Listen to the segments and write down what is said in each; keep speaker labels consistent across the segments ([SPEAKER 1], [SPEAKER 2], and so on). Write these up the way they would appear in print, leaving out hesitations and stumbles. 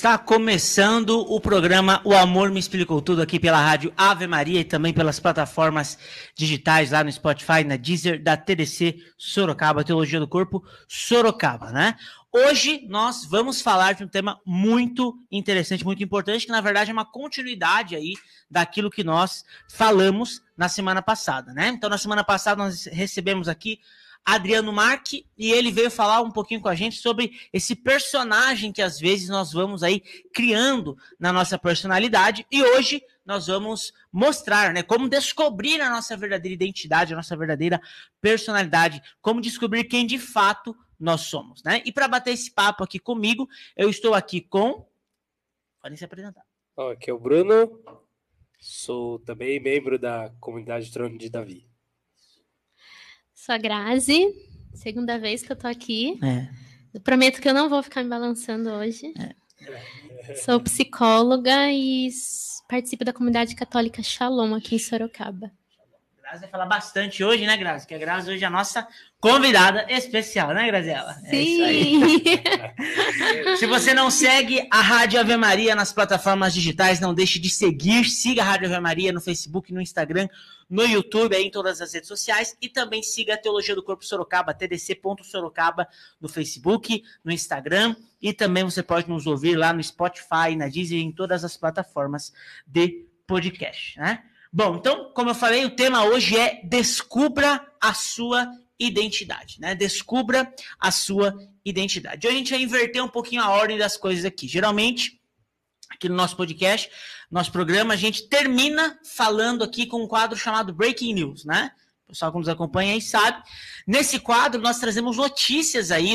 [SPEAKER 1] Está começando o programa O Amor Me Explicou Tudo aqui pela rádio Ave Maria e também pelas plataformas digitais lá no Spotify, na Deezer, da TDC Sorocaba, Teologia do Corpo Sorocaba, né? Hoje nós vamos falar de um tema muito interessante, muito importante, que na verdade é uma continuidade aí daquilo que nós falamos na semana passada, né? Então na semana passada nós recebemos aqui Adriano Marque, e ele veio falar um pouquinho com a gente sobre esse personagem que às vezes nós vamos aí criando na nossa personalidade, e hoje nós vamos mostrar, né, como descobrir a nossa verdadeira identidade, a nossa verdadeira personalidade, como descobrir quem de fato nós somos, né? E para bater esse papo aqui comigo, eu estou aqui com... Podem se apresentar.
[SPEAKER 2] Aqui é o Bruno, sou também membro da comunidade Trono de Davi.
[SPEAKER 3] Sou a Grazi, segunda vez que eu tô aqui. Eu prometo que eu não vou ficar me balançando hoje. Sou psicóloga e participo da comunidade católica Shalom aqui em Sorocaba.
[SPEAKER 1] Grazi vai falar bastante hoje, né, Grazi? Que a Grazi hoje é a nossa convidada especial, né, Graziela?
[SPEAKER 3] Sim!
[SPEAKER 1] É isso aí. Se você não segue a Rádio Ave Maria nas plataformas digitais, não deixe de seguir. Siga a Rádio Ave Maria no Facebook, no Instagram, no YouTube, aí em todas as redes sociais. E também siga a Teologia do Corpo Sorocaba, tdc.sorocaba, no Facebook, no Instagram. E também você pode nos ouvir lá no Spotify, na Deezer, em todas as plataformas de podcast, né? Bom, então, como eu falei, o tema hoje é Descubra a sua identidade, né? Descubra a sua identidade. Hoje a gente vai inverter um pouquinho a ordem das coisas aqui. Geralmente, aqui no nosso podcast, nosso programa, a gente termina falando aqui com um quadro chamado Breaking News, né? O pessoal que nos acompanha aí sabe. Nesse quadro, nós trazemos notícias aí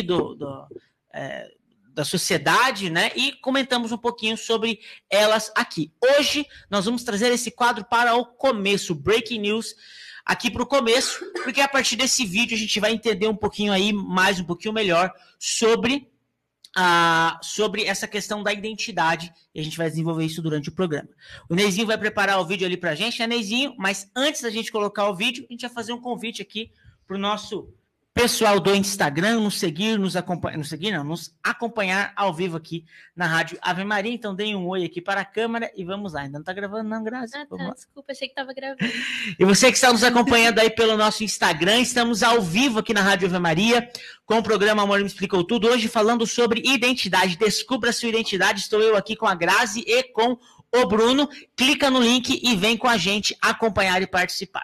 [SPEAKER 1] da sociedade, né? E comentamos um pouquinho sobre elas aqui. Hoje, nós vamos trazer esse quadro para o começo, Breaking News, aqui para o começo, porque a partir desse vídeo a gente vai entender um pouquinho aí, um pouquinho melhor, sobre essa questão da identidade, e a gente vai desenvolver isso durante o programa. O Neizinho vai preparar o vídeo ali pra gente, né, Neizinho? Mas antes da gente colocar o vídeo, a gente vai fazer um convite aqui pro nosso pessoal do Instagram nos seguir, nos acompanhar ao vivo aqui na Rádio Ave Maria. Então deem um oi aqui para a câmera e vamos lá. Ainda não tá gravando não, Grazi?
[SPEAKER 3] Tá, desculpa, achei que tava gravando.
[SPEAKER 1] E você que está nos acompanhando aí pelo nosso Instagram, estamos ao vivo aqui na Rádio Ave Maria com o programa Amor Me Explicou Tudo, hoje falando sobre identidade. Descubra a sua identidade. Estou eu aqui com a Grazi e com o Bruno. Clica no link e vem com a gente acompanhar e participar.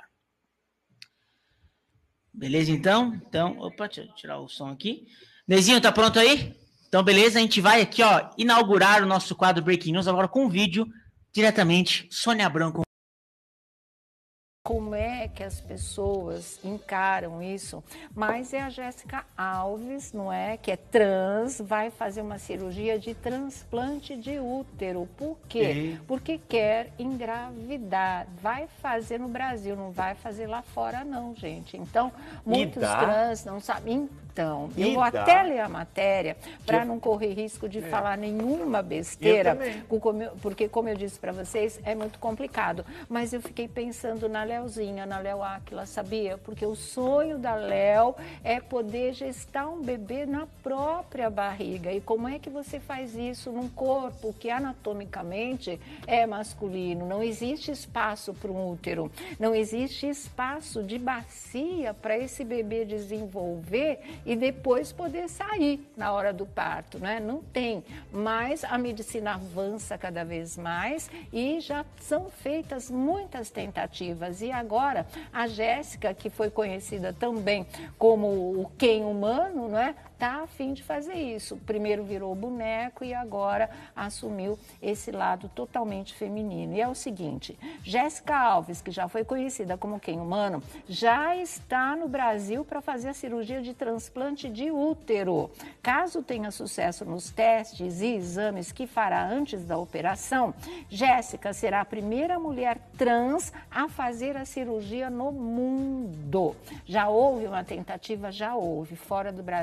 [SPEAKER 1] Beleza, então? Opa, deixa eu tirar o som aqui. Neizinho, tá pronto aí? Então, beleza, a gente vai aqui, ó, inaugurar o nosso quadro Breaking News agora com um vídeo diretamente, Sônia Abrão.
[SPEAKER 4] Como é que as pessoas encaram isso? Mas é a Jéssica Alves, não é? Que é trans, vai fazer uma cirurgia de transplante de útero. Por quê? Porque quer engravidar. Vai fazer no Brasil, não vai fazer lá fora não, gente. Então, muitos trans não sabem. Então, eu vou até ler a matéria para não correr risco de falar nenhuma besteira, porque, como eu disse para vocês, é muito complicado. Mas eu fiquei pensando na Leozinha, na Léo Áquila, sabia? Porque o sonho da Léo é poder gestar um bebê na própria barriga. E como é que você faz isso num corpo que anatomicamente é masculino? Não existe espaço para um útero, não existe espaço de bacia para esse bebê desenvolver e depois poder sair na hora do parto, né? Não tem, mas a medicina avança cada vez mais e já são feitas muitas tentativas. E agora a Jéssica, que foi conhecida também como o Ken humano, não é? Tá a fim de fazer isso. Primeiro virou boneco e agora assumiu esse lado totalmente feminino. E é o seguinte, Jéssica Alves, que já foi conhecida como Ken humano, já está no Brasil para fazer a cirurgia de transplante de útero. Caso tenha sucesso nos testes e exames que fará antes da operação, Jéssica será a primeira mulher trans a fazer a cirurgia no mundo. Já houve uma tentativa? Já houve. Fora do Brasil, eu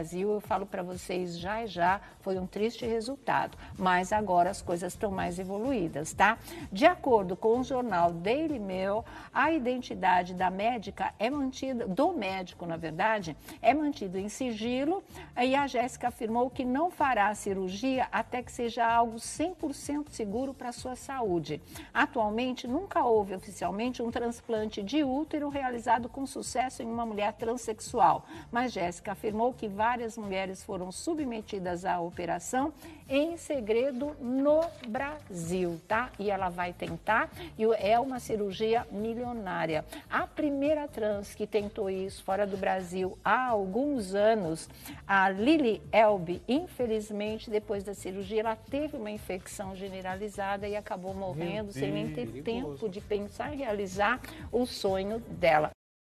[SPEAKER 4] falo para vocês já, foi um triste resultado, mas agora as coisas estão mais evoluídas, tá? De acordo com o jornal Daily Mail, a identidade da médica é mantida, do médico, na verdade, é mantido em sigilo, e a Jéssica afirmou que não fará a cirurgia até que seja algo 100% seguro para a sua saúde. Atualmente, nunca houve oficialmente um transplante de útero realizado com sucesso em uma mulher transexual, mas Jéssica afirmou que várias mulheres foram submetidas à operação em segredo no Brasil, tá? E ela vai tentar, e é uma cirurgia milionária. A primeira trans que tentou isso fora do Brasil há alguns anos, a Lili Elbe, infelizmente, depois da cirurgia, ela teve uma infecção generalizada e acabou morrendo sem nem ter tempo de pensar em realizar o sonho dela.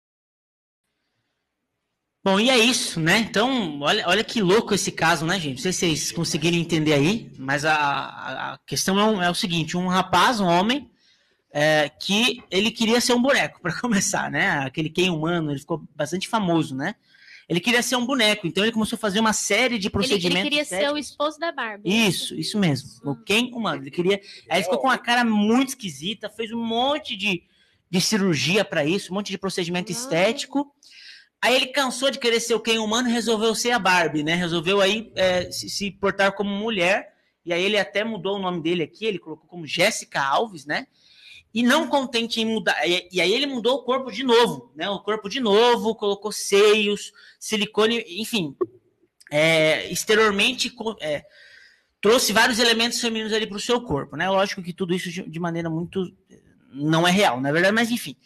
[SPEAKER 1] Bom, e é isso, né? Então, olha que louco esse caso, né, gente? Não sei se vocês conseguiram entender aí, mas a questão é o seguinte, um rapaz, um homem, que ele queria ser um boneco, para começar, né? Aquele Ken humano, ele ficou bastante famoso, né? Ele queria ser um boneco, então ele começou a fazer uma série de procedimentos.
[SPEAKER 3] Ele queria estéticos. Ser o esposo da Barbie.
[SPEAKER 1] Isso mesmo. O Ken humano. Ele queria. Aí ele ficou com uma cara muito esquisita, fez um monte de cirurgia para isso, um monte de procedimento estético. Aí ele cansou de querer ser o Ken humano e resolveu ser a Barbie, né? Resolveu aí se portar como mulher. E aí ele até mudou o nome dele aqui, ele colocou como Jéssica Alves, né? E não contente em mudar, e aí ele mudou o corpo de novo, né? O corpo de novo, colocou seios, silicone, enfim, exteriormente trouxe vários elementos femininos ali para o seu corpo, né? Lógico que tudo isso de maneira muito não é real, na verdade, mas enfim.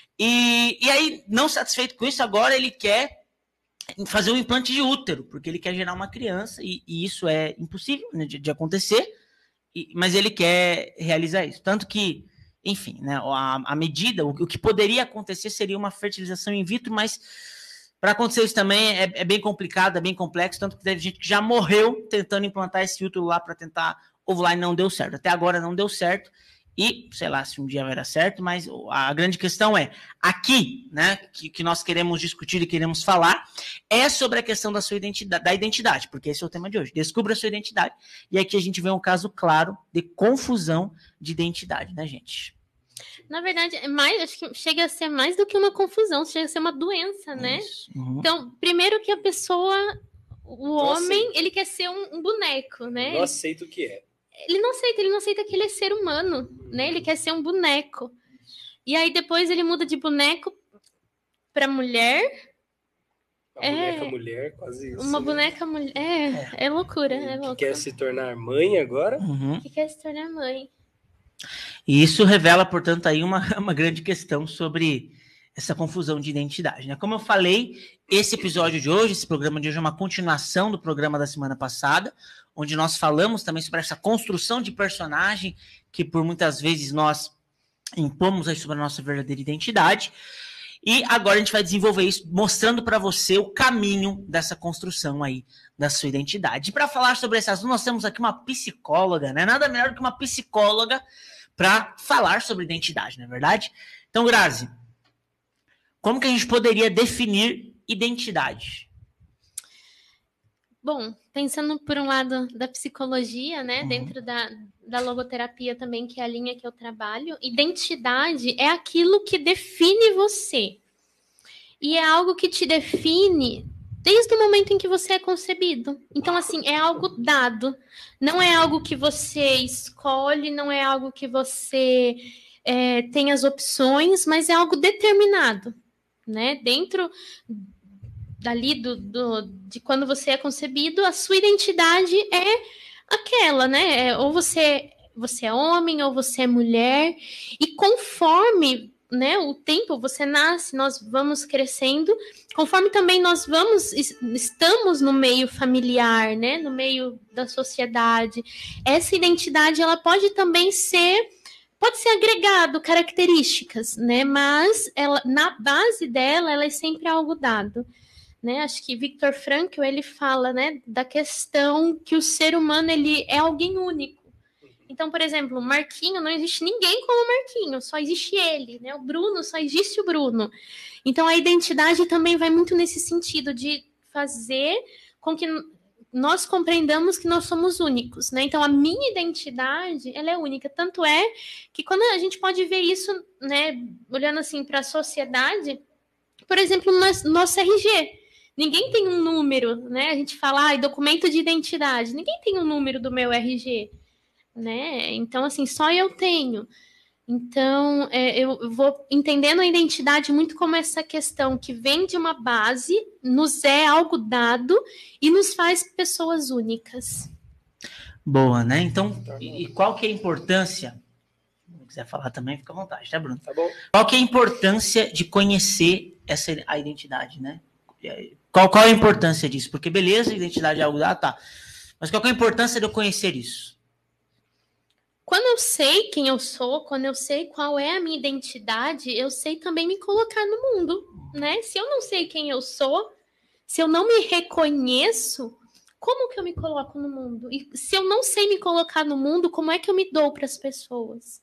[SPEAKER 1] E aí, não satisfeito com isso, agora ele quer fazer um implante de útero, porque ele quer gerar uma criança, e isso é impossível, né, de acontecer, mas ele quer realizar isso. Tanto que, enfim, né, a medida, o que poderia acontecer seria uma fertilização in vitro, mas para acontecer isso também é bem complicado, é bem complexo, tanto que teve gente que já morreu tentando implantar esse útero lá para tentar ovular e não deu certo. Até agora não deu certo, e sei lá se um dia vai dar certo, mas a grande questão é, aqui, né, que nós queremos discutir e queremos falar, é sobre a questão da sua identidade, porque esse é o tema de hoje. Descubra a sua identidade, e aqui a gente vê um caso claro de confusão de identidade, né, gente?
[SPEAKER 3] Na verdade, acho que chega a ser mais do que uma confusão, chega a ser uma doença, né?
[SPEAKER 1] Uhum.
[SPEAKER 3] Então, primeiro que a pessoa, o homem, ele quer ser um boneco, né?
[SPEAKER 2] Não aceita o que é.
[SPEAKER 3] Ele não aceita que ele é ser humano, né? Ele quer ser um boneco. E aí depois ele muda de boneco para mulher.
[SPEAKER 2] Uma boneca mulher, quase isso.
[SPEAKER 3] Uma boneca mulher. É loucura, é louco.
[SPEAKER 2] Que quer se tornar mãe agora?
[SPEAKER 1] Uhum.
[SPEAKER 3] Que quer se tornar mãe.
[SPEAKER 1] E isso revela, portanto, aí uma grande questão sobre essa confusão de identidade, né? Como eu falei, esse episódio de hoje, esse programa de hoje é uma continuação do programa da semana passada, onde nós falamos também sobre essa construção de personagem que por muitas vezes nós impomos aí sobre a nossa verdadeira identidade. E agora a gente vai desenvolver isso, mostrando para você o caminho dessa construção aí da sua identidade. E para falar sobre esse assunto, nós temos aqui uma psicóloga, né? Nada melhor do que uma psicóloga para falar sobre identidade, não é verdade? Então, Grazi, como que a gente poderia definir identidade?
[SPEAKER 3] Bom, pensando por um lado da psicologia, né, dentro da logoterapia também, que é a linha que eu trabalho, identidade é aquilo que define você. E é algo que te define desde o momento em que você é concebido. Então, assim, é algo dado. Não é algo que você escolhe, não é algo que você tem as opções, mas é algo determinado, né? Dentro dali de quando você é concebido, a sua identidade é aquela, né? Ou você é homem, ou você é mulher. E conforme, né, o tempo, você nasce, nós vamos crescendo, conforme também nós estamos no meio familiar, né, no meio da sociedade, essa identidade, ela pode também pode ser agregado características, né, mas ela, na base dela, ela é sempre algo dado, né, acho que Viktor Frankl, ele fala, né, da questão que o ser humano, ele é alguém único. Então, por exemplo, o Marquinho, não existe ninguém como o Marquinho, só existe ele, né? O Bruno, só existe o Bruno. Então, a identidade também vai muito nesse sentido de fazer com que nós compreendamos que nós somos únicos, né? Então, a minha identidade, ela é única. Tanto é que quando a gente pode ver isso, né, olhando assim para a sociedade, por exemplo, no nosso RG, ninguém tem um número, né? A gente fala, documento de identidade, ninguém tem um número do meu RG, né? Então, assim, só eu tenho. Então, eu vou entendendo a identidade muito como essa questão que vem de uma base, nos é algo dado e nos faz pessoas únicas.
[SPEAKER 1] Boa, né? Então, e qual que é a importância? Se quiser falar também, fica à vontade, tá, Bruno?
[SPEAKER 2] Tá bom.
[SPEAKER 1] Qual que é a importância de conhecer a identidade, né? Qual é a importância disso? Porque beleza, a identidade é algo dado, tá. Mas qual que é a importância de eu conhecer isso?
[SPEAKER 3] Quando eu sei quem eu sou, quando eu sei qual é a minha identidade, eu sei também me colocar no mundo, né? Se eu não sei quem eu sou, se eu não me reconheço, como que eu me coloco no mundo? E se eu não sei me colocar no mundo, como é que eu me dou para as pessoas?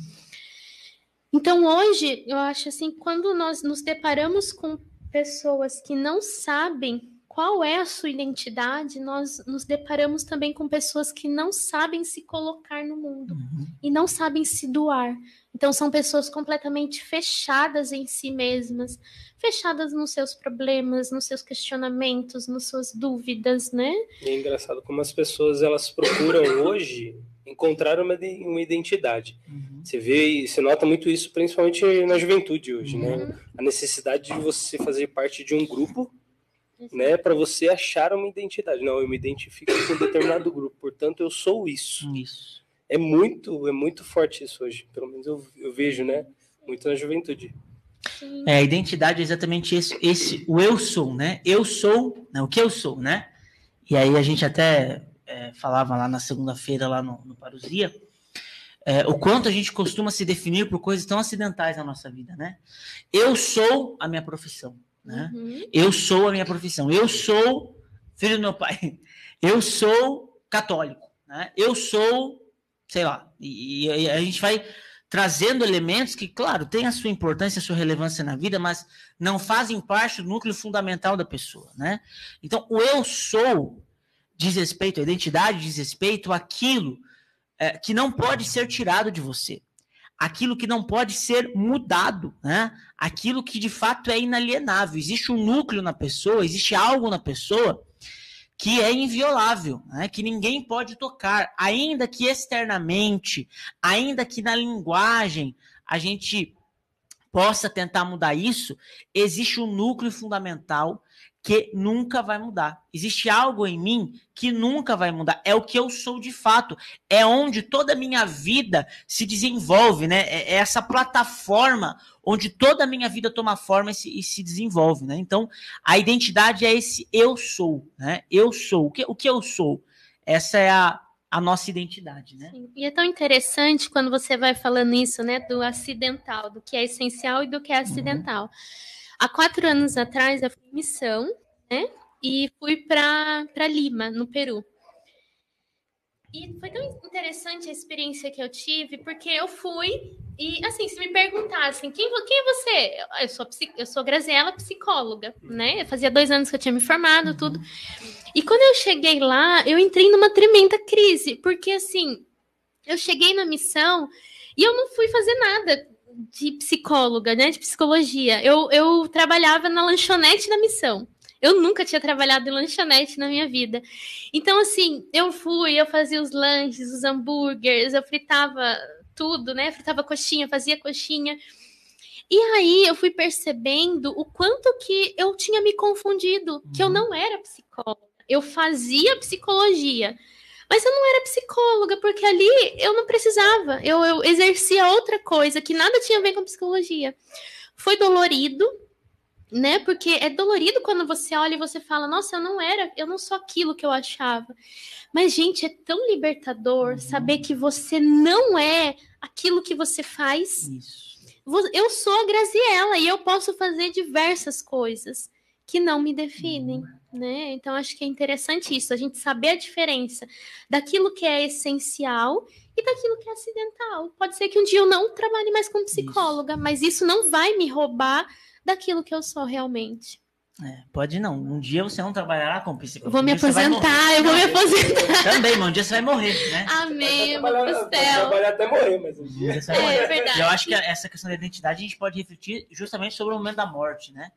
[SPEAKER 3] Então, hoje, eu acho assim, quando nós nos deparamos com pessoas que não sabem qual é a sua identidade, nós nos deparamos também com pessoas que não sabem se colocar no mundo e não sabem se doar. Então, são pessoas completamente fechadas em si mesmas, fechadas nos seus problemas, nos seus questionamentos, nas suas dúvidas, né?
[SPEAKER 2] E é engraçado como as pessoas, elas procuram hoje encontrar uma identidade. Você vê e você nota muito isso, principalmente na juventude hoje, né? A necessidade de você fazer parte de um grupo, né, para você achar uma identidade. Não, eu me identifico com um determinado grupo, portanto eu sou isso.
[SPEAKER 1] Isso.
[SPEAKER 2] É muito forte isso hoje, pelo menos eu vejo, né, muito na juventude.
[SPEAKER 1] A identidade é exatamente esse o eu sou, né? Eu sou, né, o que eu sou, né? E aí a gente até falava lá na segunda-feira, lá no Parousia, o quanto a gente costuma se definir por coisas tão acidentais na nossa vida, né? Eu sou a minha profissão. Né? Eu sou a minha profissão, eu sou filho do meu pai, eu sou católico, né? Eu sou, sei lá, e a gente vai trazendo elementos que, claro, têm a sua importância, a sua relevância na vida, mas não fazem parte do núcleo fundamental da pessoa, né? Então, o eu sou diz respeito, a identidade diz respeito àquilo que não pode ser tirado de você. Aquilo que não pode ser mudado, né? Aquilo que de fato é inalienável. Existe um núcleo na pessoa, existe algo na pessoa que é inviolável, né? Que ninguém pode tocar, ainda que externamente, ainda que na linguagem a gente possa tentar mudar isso, existe um núcleo fundamental que nunca vai mudar. Existe algo em mim que nunca vai mudar. É o que eu sou de fato. É onde toda a minha vida se desenvolve, né? É essa plataforma onde toda a minha vida toma forma e se desenvolve, né? Então, a identidade é esse eu sou, né? Eu sou. O que eu sou? Essa é a nossa identidade, né?
[SPEAKER 3] Sim. E é tão interessante quando você vai falando isso, né? Do acidental, do que é essencial e do que é acidental. Há 4 anos atrás, eu fui em missão, né? E fui para Lima, no Peru. E foi tão interessante a experiência que eu tive, porque eu fui e, assim, se me perguntassem, quem é você? Eu sou Graziela, psicóloga, né? Fazia 2 anos que eu tinha me formado, tudo. E quando eu cheguei lá, eu entrei numa tremenda crise, porque, assim, eu cheguei na missão e eu não fui fazer nada de psicóloga, né, de psicologia. Eu trabalhava na lanchonete da missão. Eu nunca tinha trabalhado em lanchonete na minha vida. Então, assim, eu fazia os lanches, os hambúrgueres, eu fritava tudo, né? Fritava coxinha, fazia coxinha. E aí eu fui percebendo o quanto que eu tinha me confundido, que eu não era psicóloga. Eu fazia psicologia, mas eu não era psicóloga, porque ali eu não precisava. Eu exercia outra coisa que nada tinha a ver com psicologia. Foi dolorido, né? Porque é dolorido quando você olha e você fala, nossa, eu não sou aquilo que eu achava. Mas, gente, é tão libertador saber que você não é aquilo que você faz.
[SPEAKER 1] Isso.
[SPEAKER 3] Eu sou a Graziela e eu posso fazer diversas coisas que não me definem. Né? Então, acho que é interessante isso, a gente saber a diferença daquilo que é essencial e daquilo que é acidental. Pode ser que um dia eu não trabalhe mais como psicóloga, mas isso não vai me roubar daquilo que eu sou realmente.
[SPEAKER 1] Pode não. Um dia você não trabalhará com psicólogo.
[SPEAKER 3] Eu vou me aposentar.
[SPEAKER 1] Também, mas um dia você vai morrer, né?
[SPEAKER 3] Amém, eu vou pro céu.
[SPEAKER 2] Trabalhar até morrer, mas um dia você vai morrer.
[SPEAKER 3] É verdade.
[SPEAKER 1] Eu acho que essa questão da identidade a gente pode refletir justamente sobre o momento da morte, né?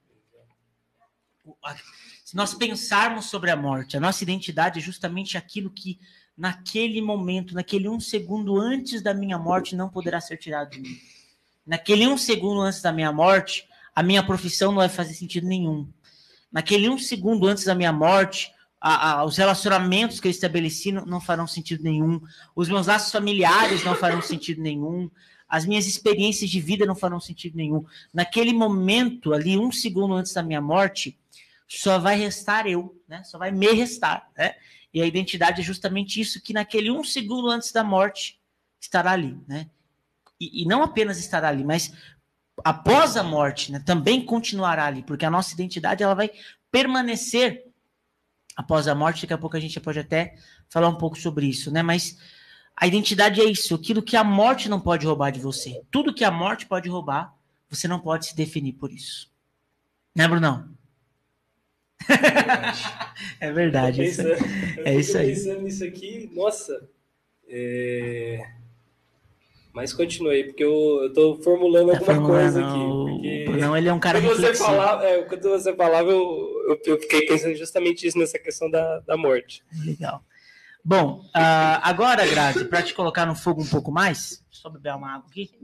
[SPEAKER 1] Se nós pensarmos sobre a morte, a nossa identidade é justamente aquilo que naquele momento, naquele 1 segundo antes da minha morte, não poderá ser tirado de mim. Naquele 1 segundo antes da minha morte, a minha profissão não vai fazer sentido nenhum. Naquele 1 segundo antes da minha morte, os relacionamentos que eu estabeleci não farão sentido nenhum. Os meus laços familiares não farão sentido nenhum. As minhas experiências de vida não farão sentido nenhum. Naquele momento, ali, 1 segundo antes da minha morte, só vai restar eu, né? Só vai me restar, né? E a identidade é justamente isso, que naquele 1 segundo antes da morte estará ali, né? E não apenas estará ali, mas após a morte, né, também continuará ali, porque a nossa identidade ela vai permanecer após a morte. Daqui a pouco a gente pode até falar um pouco sobre isso, né? Mas a identidade é isso, aquilo que a morte não pode roubar de você. Tudo que a morte pode roubar, você não pode se definir por isso. Né, Brunão? É verdade. É isso aí.
[SPEAKER 2] Pensando nisso aqui, nossa. Mas continue aí, porque eu tô formulando alguma coisa aqui. Porque
[SPEAKER 1] não, ele é um cara reflexivo.
[SPEAKER 2] Quando você falava, eu fiquei pensando justamente isso nessa questão da morte.
[SPEAKER 1] Legal. Bom, agora, Grazi, para te colocar no fogo um pouco mais, só beber uma água aqui.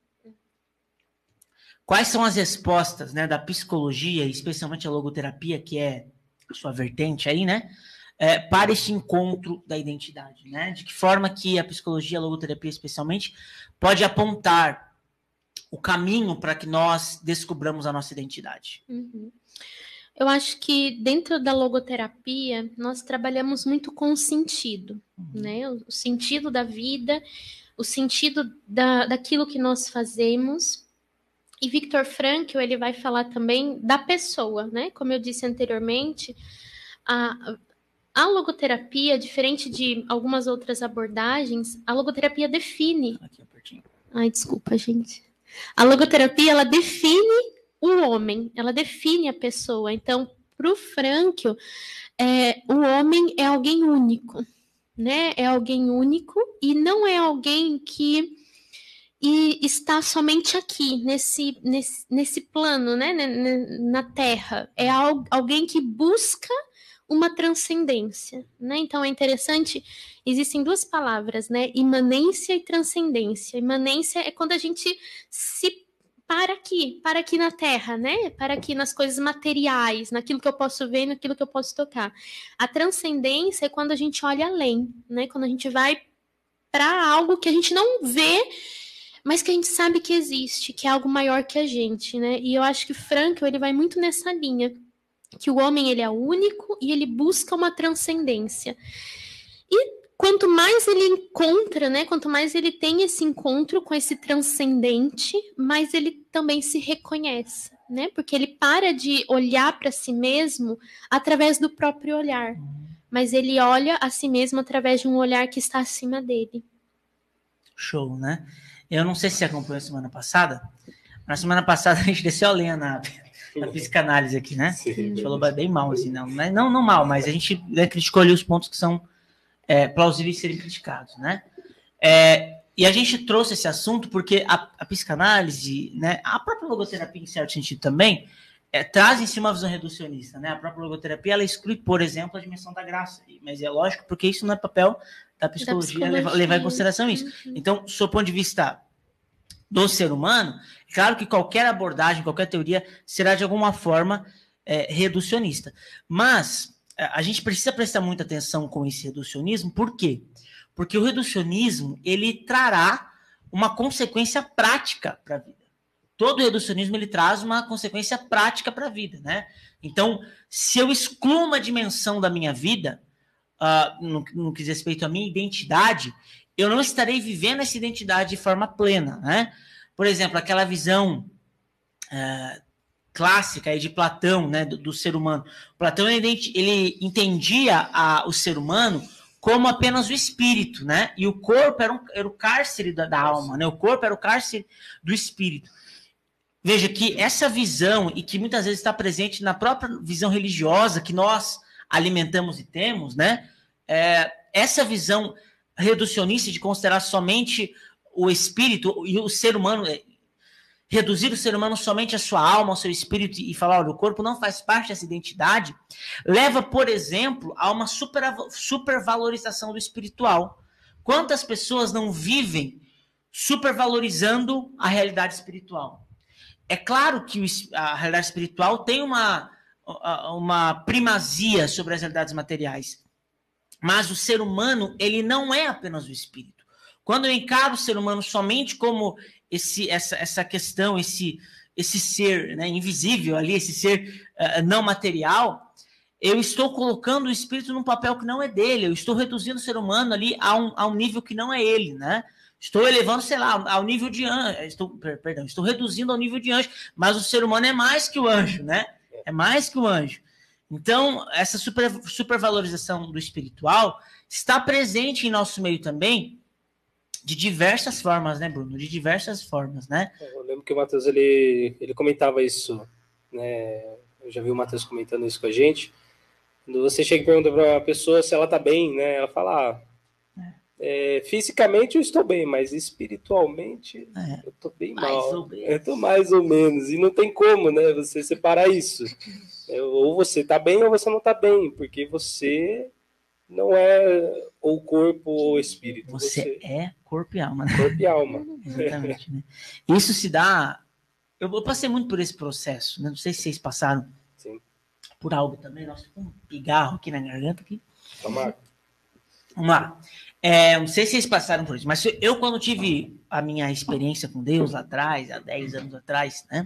[SPEAKER 1] Quais são as respostas, né, da psicologia, especialmente a logoterapia, que é a sua vertente aí, né? Para esse encontro da identidade, né? De que forma que a psicologia, a logoterapia especialmente, pode apontar o caminho para que nós descobramos a nossa identidade?
[SPEAKER 3] Uhum. Eu acho que dentro da logoterapia, nós trabalhamos muito com o sentido, né? O sentido da vida, o sentido daquilo que nós fazemos. E Viktor Frankl, ele vai falar também da pessoa, né? Como eu disse anteriormente, a logoterapia, diferente de algumas outras abordagens, a logoterapia define... Ai, desculpa, gente. A logoterapia, ela define o homem, ela define a pessoa. Então, para o Frankl, o homem é alguém único, né? É alguém único e não é alguém que está somente aqui, nesse plano, né? Na Terra. É alguém que busca uma transcendência, né? Então é interessante, existem 2 palavras, né? Imanência e transcendência. Imanência é quando a gente se para aqui na Terra, né? Para aqui nas coisas materiais, naquilo que eu posso ver, naquilo que eu posso tocar. A transcendência é quando a gente olha além, né? Quando a gente vai para algo que a gente não vê, mas que a gente sabe que existe, que é algo maior que a gente, né? E eu acho que Frankl, ele vai muito nessa linha, que o homem, ele é único e ele busca uma transcendência. E quanto mais ele encontra, né, quanto mais ele tem esse encontro com esse transcendente, mais ele também se reconhece, né? Porque ele para de olhar para si mesmo através do próprio olhar, mas ele olha a si mesmo através de um olhar que está acima dele.
[SPEAKER 1] Show, né? Eu não sei se você acompanhou a semana passada. Na semana passada a gente desceu a lenha na psicanálise aqui, né? Sim, a gente falou bem mal, assim, não mal, mas a gente criticou ali os pontos que são plausíveis de serem criticados, né? E a gente trouxe esse assunto porque a psicanálise, né, a própria logoterapia, em certo sentido também, traz em si uma visão reducionista, né? A própria logoterapia, ela exclui, por exemplo, a dimensão da graça, mas é lógico porque isso não é papel da psicologia. Levar em consideração isso. Então, do seu ponto de vista do ser humano, claro que qualquer abordagem, qualquer teoria será de alguma forma reducionista. Mas a gente precisa prestar muita atenção com esse reducionismo. Por quê? Porque o reducionismo, ele trará uma consequência prática para a vida. Todo reducionismo, ele traz uma consequência prática para a vida, né? Então, se eu excluo uma dimensão da minha vida, no que diz respeito à minha identidade, eu não estarei vivendo essa identidade de forma plena, né? Por exemplo, aquela visão clássica aí de Platão, né, do ser humano. Platão, ele entendia o ser humano como apenas o espírito, né? E o corpo era o cárcere da alma, né? O corpo era o cárcere do espírito. veja que essa visão, e que muitas vezes está presente na própria visão religiosa que nós alimentamos e temos, né? Essa visão reducionista de considerar somente o espírito e o ser humano, reduzir o ser humano somente à sua alma, ao seu espírito e falar, olha, o corpo não faz parte dessa identidade, leva, por exemplo, a uma supervalorização do espiritual. Quantas pessoas não vivem supervalorizando a realidade espiritual? É claro que a realidade espiritual tem uma primazia sobre as realidades materiais, mas o ser humano, ele não é apenas o espírito. Quando eu encaro o ser humano somente como essa questão, esse ser, né, invisível ali, esse ser não material, eu estou colocando o espírito num papel que não é dele, eu estou reduzindo o ser humano ali a um nível que não é ele, né? Estou elevando, sei lá, ao nível de anjo, estou reduzindo ao nível de anjo, mas o ser humano é mais que o anjo, né? É mais que o anjo. Então, essa supervalorização do espiritual está presente em nosso meio também, de diversas formas, né, Bruno? De diversas formas, né?
[SPEAKER 2] Eu lembro que o Matheus, ele comentava isso, né? Eu já vi o Matheus comentando isso com a gente. Quando você chega e pergunta para uma pessoa se ela tá bem, né? Ela fala, fisicamente eu estou bem, mas espiritualmente eu tô bem mal. Eu tô mais ou menos. E não tem como, né? Você separar isso. Ou você tá bem ou você não tá bem, porque você não é ou corpo ou espírito.
[SPEAKER 1] Você é corpo e alma. Né?
[SPEAKER 2] Corpo e alma.
[SPEAKER 1] Exatamente. Né? Isso se dá... Eu passei muito por esse processo, né? Não sei se vocês passaram por algo também. Nossa, um pigarro aqui na garganta. Aqui.
[SPEAKER 2] Vamos
[SPEAKER 1] lá. Não sei se vocês passaram por isso, mas eu, quando tive a minha experiência com Deus lá atrás, há 10 anos atrás, né?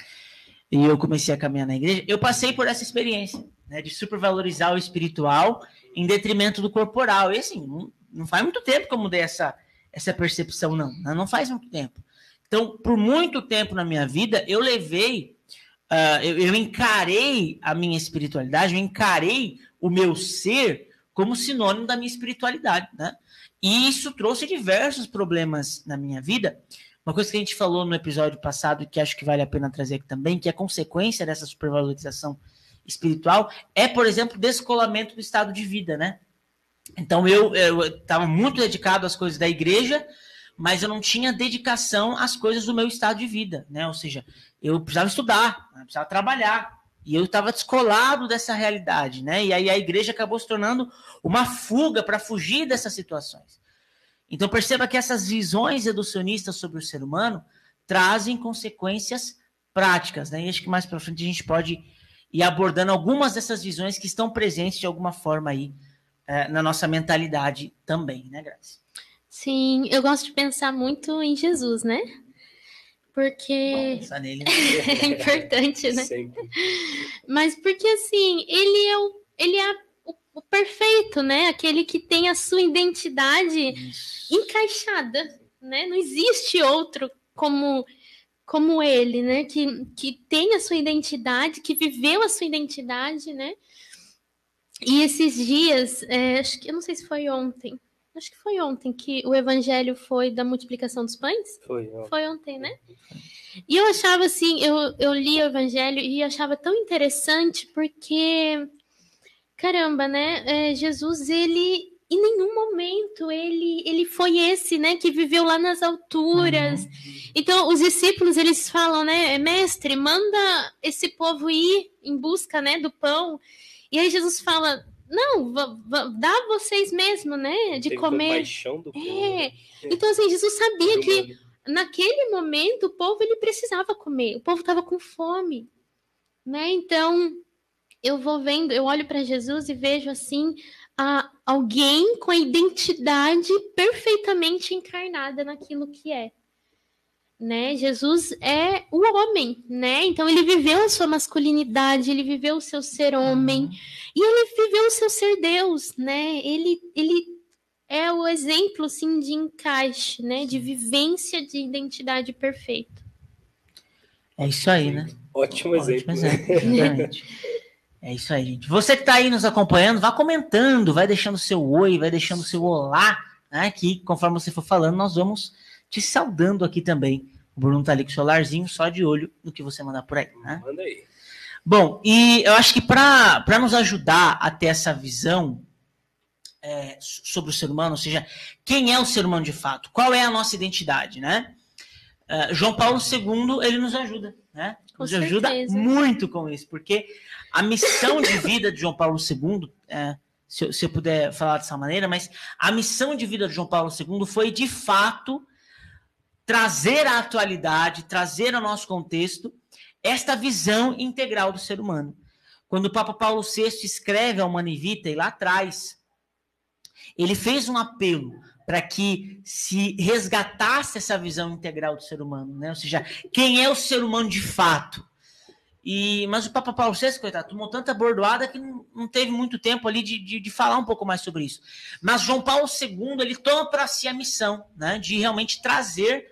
[SPEAKER 1] E eu comecei a caminhar na igreja, eu passei por essa experiência, né, de supervalorizar o espiritual em detrimento do corporal. E assim, não faz muito tempo que eu mudei essa percepção, não. Não faz muito tempo. Então, por muito tempo na minha vida, eu levei, eu encarei a minha espiritualidade, eu encarei o meu ser como sinônimo da minha espiritualidade, né? E isso trouxe diversos problemas na minha vida. Uma coisa que a gente falou no episódio passado e que acho que vale a pena trazer aqui também, que é consequência dessa supervalorização espiritual, é, por exemplo, o descolamento do estado de vida, né? Então, eu estava muito dedicado às coisas da igreja, mas eu não tinha dedicação às coisas do meu estado de vida, né? Ou seja, eu precisava estudar, eu precisava trabalhar, e eu estava descolado dessa realidade, né? E aí a igreja acabou se tornando uma fuga para fugir dessas situações. Então, perceba que essas visões reducionistas sobre o ser humano trazem consequências práticas, né? E acho que mais para frente a gente pode ir abordando algumas dessas visões que estão presentes de alguma forma aí na nossa mentalidade também, né, Grazi?
[SPEAKER 3] Sim, eu gosto de pensar muito em Jesus, né? Porque
[SPEAKER 1] pensar nele.
[SPEAKER 3] é importante, né?
[SPEAKER 2] Sempre.
[SPEAKER 3] Mas porque, assim, ele é o perfeito, né? Aquele que tem a sua identidade encaixada, né? Não existe outro como ele, né? Que tem a sua identidade, que viveu a sua identidade, né? E esses dias, acho que eu não sei se foi ontem. Acho que foi ontem que o evangelho foi da multiplicação dos pães. Foi ontem, né? E eu achava assim, eu li o evangelho e achava tão interessante porque, caramba, né? Jesus, ele, em nenhum momento, ele foi esse, né? Que viveu lá nas alturas. Então, os discípulos, eles falam, né? Mestre, manda esse povo ir em busca, né? Do pão. E aí Jesus fala... Não, dá vocês mesmo, né? De comer.
[SPEAKER 2] Paixão do povo.
[SPEAKER 3] Então, assim, Jesus sabia que naquele momento o povo ele precisava comer. O povo estava com fome, né? Então, eu olho para Jesus e vejo assim alguém com a identidade perfeitamente encarnada naquilo que é. Né? Jesus é o homem, né? Então ele viveu a sua masculinidade, ele viveu o seu ser homem e ele viveu o seu ser Deus, né? Ele é o exemplo, assim, de encaixe, né? De vivência de identidade perfeita.
[SPEAKER 1] É isso aí, né?
[SPEAKER 2] Ótimo exemplo.
[SPEAKER 1] É isso aí, gente. Você que está aí nos acompanhando, vá comentando, vai deixando seu oi, vai deixando seu olá, né? Que conforme você for falando, nós vamos te saudando aqui também O Bruno tá ali com o celularzinho, só de olho no que você mandar por aí, né?
[SPEAKER 2] Manda aí.
[SPEAKER 1] Bom, e eu acho que para nos ajudar a ter essa visão sobre o ser humano, ou seja, quem é o ser humano de fato? Qual é a nossa identidade, né? João Paulo II, ele nos ajuda, né? Nos ajuda muito com isso, porque a missão de vida de João Paulo II, se eu puder falar dessa maneira, mas a missão de vida de João Paulo II foi, de fato, trazer à atualidade, trazer ao nosso contexto, esta visão integral do ser humano. Quando o Papa Paulo VI escreve a Humanae Vitae, lá atrás, ele fez um apelo para que se resgatasse essa visão integral do ser humano, né? Ou seja, quem é o ser humano de fato? Mas o Papa Paulo VI, coitado, tomou tanta bordoada que não teve muito tempo ali de falar um pouco mais sobre isso. Mas João Paulo II, ele toma para si a missão, né, de realmente trazer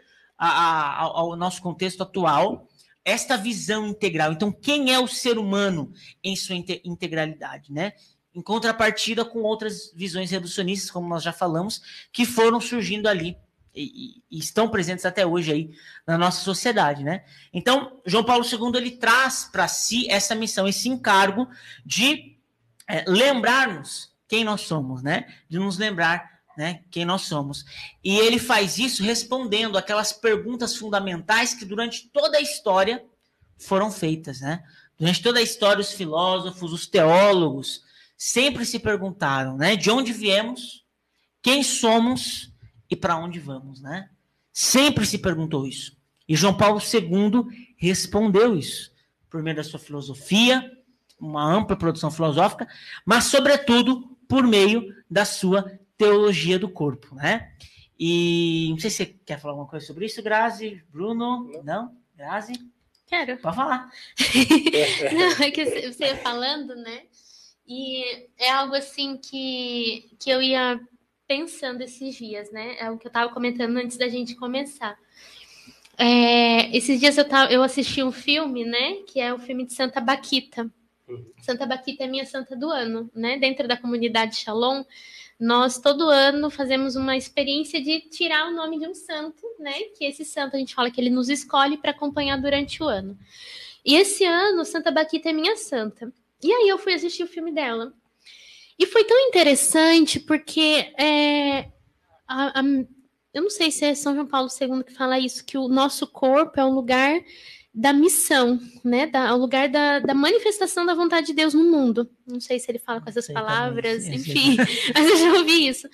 [SPEAKER 1] ao nosso contexto atual esta visão integral. Então, quem é o ser humano em sua integralidade, né? Em contrapartida com outras visões reducionistas, como nós já falamos, que foram surgindo ali e estão presentes até hoje aí na nossa sociedade, né? Então, João Paulo II, ele traz para si essa missão, esse encargo de lembrarmos quem nós somos, né? De nos lembrar, né, quem nós somos. E ele faz isso respondendo aquelas perguntas fundamentais que durante toda a história foram feitas, né? Durante toda a história, os filósofos, os teólogos sempre se perguntaram, né? De onde viemos, quem somos e para onde vamos, né? Sempre se perguntou isso. E João Paulo II respondeu isso por meio da sua filosofia, uma ampla produção filosófica, mas, sobretudo, por meio da sua teologia do corpo, né? E não sei se você quer falar alguma coisa sobre isso, Grazi, Bruno? Não? Grazi?
[SPEAKER 3] Quero.
[SPEAKER 1] Pode falar.
[SPEAKER 3] Não, é que você ia falando, né? E é algo assim que eu ia pensando esses dias, né? É o que eu estava comentando antes da gente começar. Esses dias eu assisti um filme, né? Que é o filme de Santa Baquita. Santa Baquita é minha santa do ano, né? Dentro da comunidade Shalom, nós todo ano fazemos uma experiência de tirar o nome de um santo, né? Que esse santo a gente fala que ele nos escolhe para acompanhar durante o ano. E esse ano, Santa Baquita é minha santa. E aí eu fui assistir o filme dela. E foi tão interessante porque eu não sei se é São João Paulo II que fala isso, que o nosso corpo é um lugar da missão, né? O lugar da manifestação da vontade de Deus no mundo. Não sei se ele fala com essas palavras, enfim, mas eu já ouvi isso.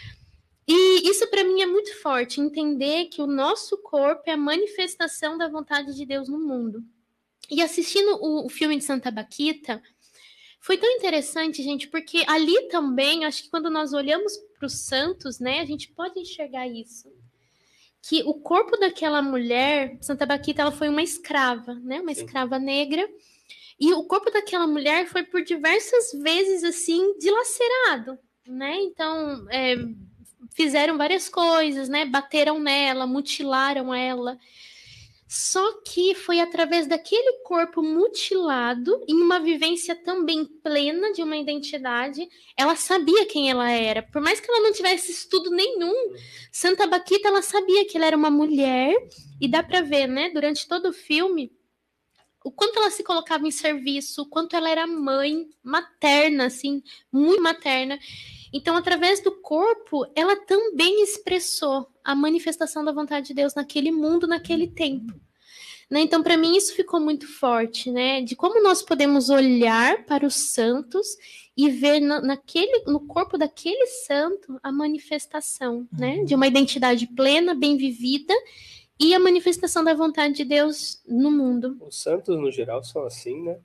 [SPEAKER 3] E isso para mim é muito forte, entender que o nosso corpo é a manifestação da vontade de Deus no mundo. E assistindo o filme de Santa Baquita, foi tão interessante, gente, porque ali também, acho que quando nós olhamos para os santos, né, a gente pode enxergar isso. Que o corpo daquela mulher, Santa Baquita, ela foi uma escrava, né, uma escrava negra, e o corpo daquela mulher foi por diversas vezes, assim, dilacerado, né, então, fizeram várias coisas, né, bateram nela, mutilaram ela. Só que foi através daquele corpo mutilado, em uma vivência também plena de uma identidade, ela sabia quem ela era. Por mais que ela não tivesse estudo nenhum, Santa Baquita, ela sabia que ela era uma mulher, e dá para ver, né, durante todo o filme, o quanto ela se colocava em serviço, o quanto ela era mãe, materna, assim, muito materna. Então, através do corpo, ela também expressou a manifestação da vontade de Deus naquele mundo, naquele tempo. Né? Então, para mim, isso ficou muito forte, né? De como nós podemos olhar para os santos e ver no corpo daquele santo a manifestação, né? De uma identidade plena, bem vivida, e a manifestação da vontade de Deus no mundo.
[SPEAKER 2] Os santos, no geral, são assim, né?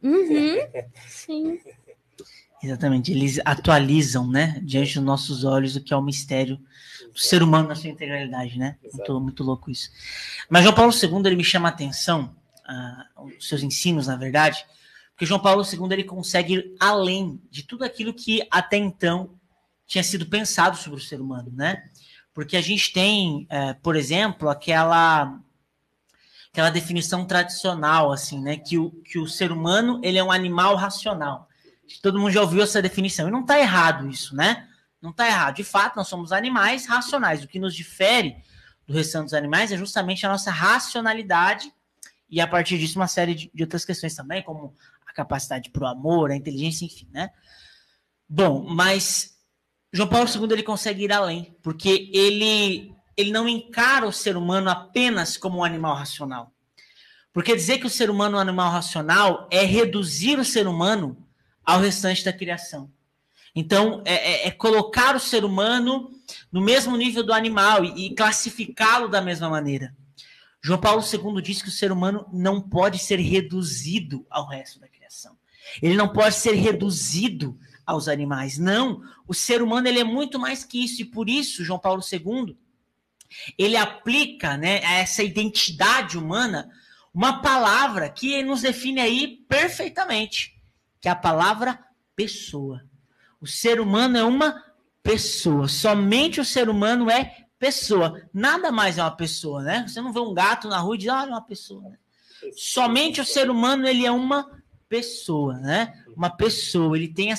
[SPEAKER 3] Sim.
[SPEAKER 1] Exatamente, eles atualizam, né, diante dos nossos olhos o que é o mistério do ser humano na sua integralidade, né? Muito louco isso. Mas João Paulo II, ele me chama a atenção, os seus ensinos, na verdade, porque João Paulo II, ele consegue ir além de tudo aquilo que até então tinha sido pensado sobre o ser humano, né? Porque a gente tem, por exemplo, aquela definição tradicional, assim, né, que o ser humano, ele é um animal racional. Todo mundo já ouviu essa definição. E não está errado isso, né? Não está errado. De fato, nós somos animais racionais. O que nos difere do restante dos animais é justamente a nossa racionalidade e, a partir disso, uma série de outras questões também, como a capacidade para o amor, a inteligência, enfim, né? Bom, mas João Paulo II ele consegue ir além, porque ele não encara o ser humano apenas como um animal racional. Porque dizer que o ser humano é um animal racional é reduzir o ser humano ao restante da criação. Então, é colocar o ser humano no mesmo nível do animal e classificá-lo da mesma maneira. João Paulo II diz que o ser humano não pode ser reduzido ao resto da criação. Ele não pode ser reduzido aos animais. Não, o ser humano ele é muito mais que isso. E por isso, João Paulo II, ele aplica, né, a essa identidade humana uma palavra que nos define aí perfeitamente, que é a palavra pessoa. O ser humano é uma pessoa. Somente o ser humano é pessoa. Nada mais é uma pessoa, né? Você não vê um gato na rua e diz, é uma pessoa, né? Somente o ser humano, ele é uma pessoa, né? Uma pessoa. Ele tem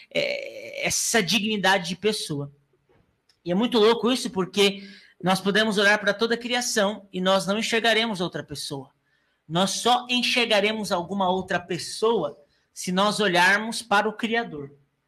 [SPEAKER 1] essa dignidade de pessoa. E é muito louco isso, porque nós podemos olhar para toda a criação e nós não enxergaremos outra pessoa. Nós só enxergaremos alguma outra pessoa se nós olharmos para o Criador.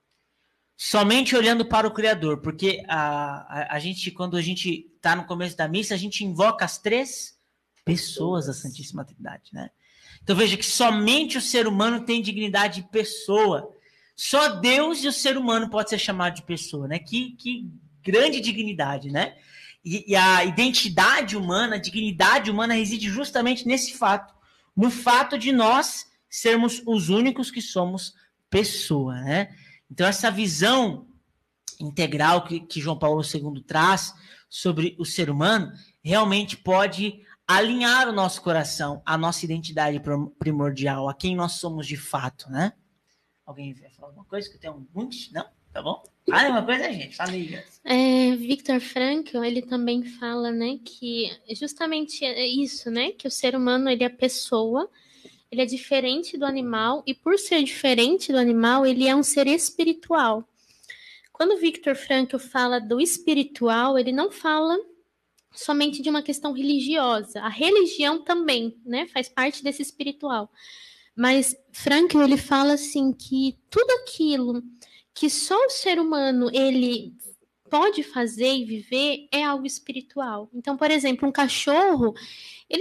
[SPEAKER 1] Somente olhando para o Criador, porque a gente, quando a gente está no começo da missa, a gente invoca as 3 pessoas da Santíssima Trindade, né? Então veja que somente o ser humano tem dignidade de pessoa. Só Deus e o ser humano pode ser chamado de pessoa, né? Que grande dignidade, né? E a identidade humana, a dignidade humana reside justamente nesse fato, no fato de nós sermos os únicos que somos pessoa, né? Então, essa visão integral que João Paulo II traz sobre o ser humano realmente pode alinhar o nosso coração, a nossa identidade primordial, a quem nós somos de fato, né? Alguém vai falar alguma coisa? Que eu tenho muitos? Não? Tá bom? Fala uma coisa, gente. Fala aí.
[SPEAKER 3] Viktor Frankl, ele também fala, né, que justamente isso, né, que o ser humano, ele é pessoa, ele é diferente do animal, e por ser diferente do animal, ele é um ser espiritual. Quando Viktor Frankl fala do espiritual, ele não fala somente de uma questão religiosa. A religião também, né, faz parte desse espiritual. Mas Frankl, ele fala assim que tudo aquilo que só o ser humano ele pode fazer e viver é algo espiritual. Então, por exemplo, um cachorro, ele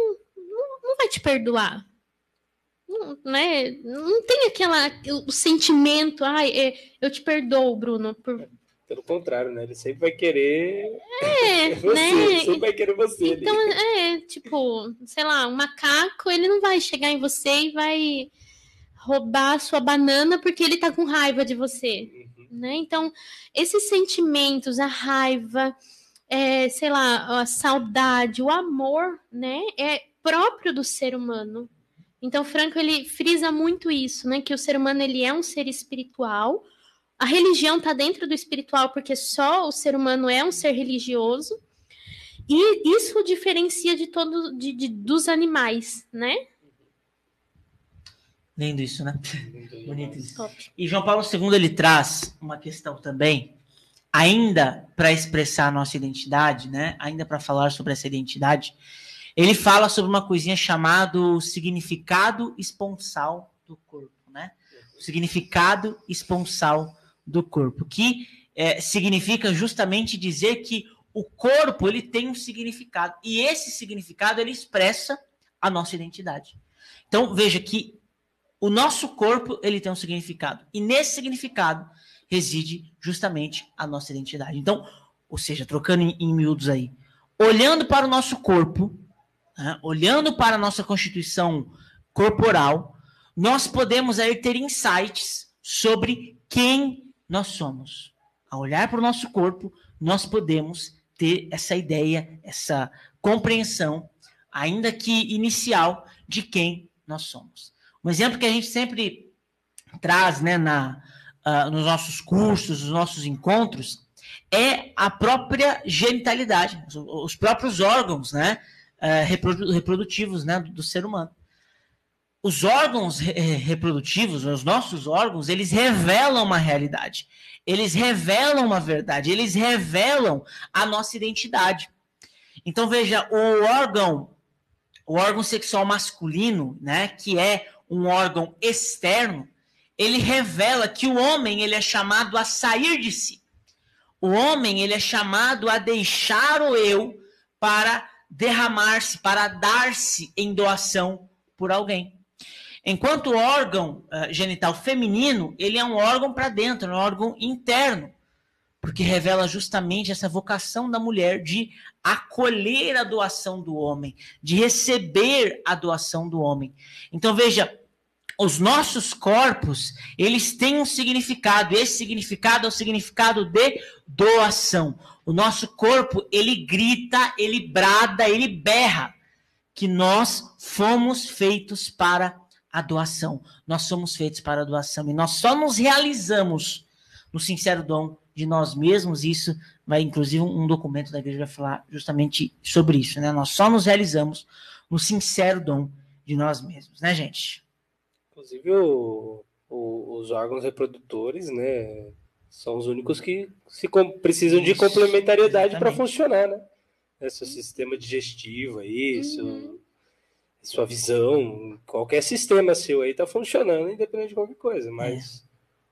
[SPEAKER 3] não vai te perdoar. Não, né? Não tem o sentimento, eu te perdoo, Bruno.
[SPEAKER 2] Pelo contrário, né? Ele sempre vai querer
[SPEAKER 3] você, né?
[SPEAKER 2] Sempre vai querer você.
[SPEAKER 3] Então, tipo, sei lá, um macaco, ele não vai chegar em você e vai roubar a sua banana porque ele tá com raiva de você, né? Então, esses sentimentos, a raiva, sei lá, a saudade, o amor, né? É próprio do ser humano. Então, Frankl, ele frisa muito isso, né? Que o ser humano, ele é um ser espiritual. A religião está dentro do espiritual, porque só o ser humano é um ser religioso. E isso o diferencia de dos animais, né?
[SPEAKER 1] Lindo isso, né? Bonito isso. Top. E João Paulo II, ele traz uma questão também, ainda para expressar a nossa identidade, né? Ainda para falar sobre essa identidade, ele fala sobre uma coisinha chamada significado esponsal do corpo, né? O significado esponsal do corpo, que significa justamente dizer que o corpo ele tem um significado, e esse significado ele expressa a nossa identidade. Então, veja que o nosso corpo ele tem um significado, e nesse significado reside justamente a nossa identidade. Então, ou seja, trocando em miúdos aí, olhando para o nosso corpo, né, olhando para a nossa constituição corporal, nós podemos aí ter insights sobre quem nós somos. Ao olhar para o nosso corpo, nós podemos ter essa ideia, essa compreensão, ainda que inicial, de quem nós somos. Um exemplo que a gente sempre traz, né, nos nossos cursos, nos nossos encontros, é a própria genitalidade, os próprios órgãos, né, reprodutivos, né, do ser humano. Os órgãos reprodutivos, os nossos órgãos, eles revelam uma realidade, eles revelam uma verdade, eles revelam a nossa identidade. Então, veja, o órgão sexual masculino, né, que é um órgão externo, ele revela que o homem ele é chamado a sair de si. O homem ele é chamado a deixar o eu para derramar-se, para dar-se em doação por alguém. Enquanto o órgão genital feminino, ele é um órgão para dentro, um órgão interno, porque revela justamente essa vocação da mulher de acolher a doação do homem, de receber a doação do homem. Então, veja, os nossos corpos, eles têm um significado. Esse significado é o significado de doação. O nosso corpo, ele grita, ele brada, ele berra que nós fomos feitos para a doação. Nós somos feitos para a doação. E nós só nos realizamos no sincero dom de nós mesmos. Isso vai, inclusive, um documento da igreja vai falar justamente sobre isso, né? Nós só nos realizamos no sincero dom de nós mesmos, né, gente?
[SPEAKER 2] Inclusive, os órgãos reprodutores, né, são os únicos que precisam de complementariedade para funcionar, né? Seu sistema digestivo aí, sua visão, qualquer sistema seu aí está funcionando, independente de qualquer coisa, mas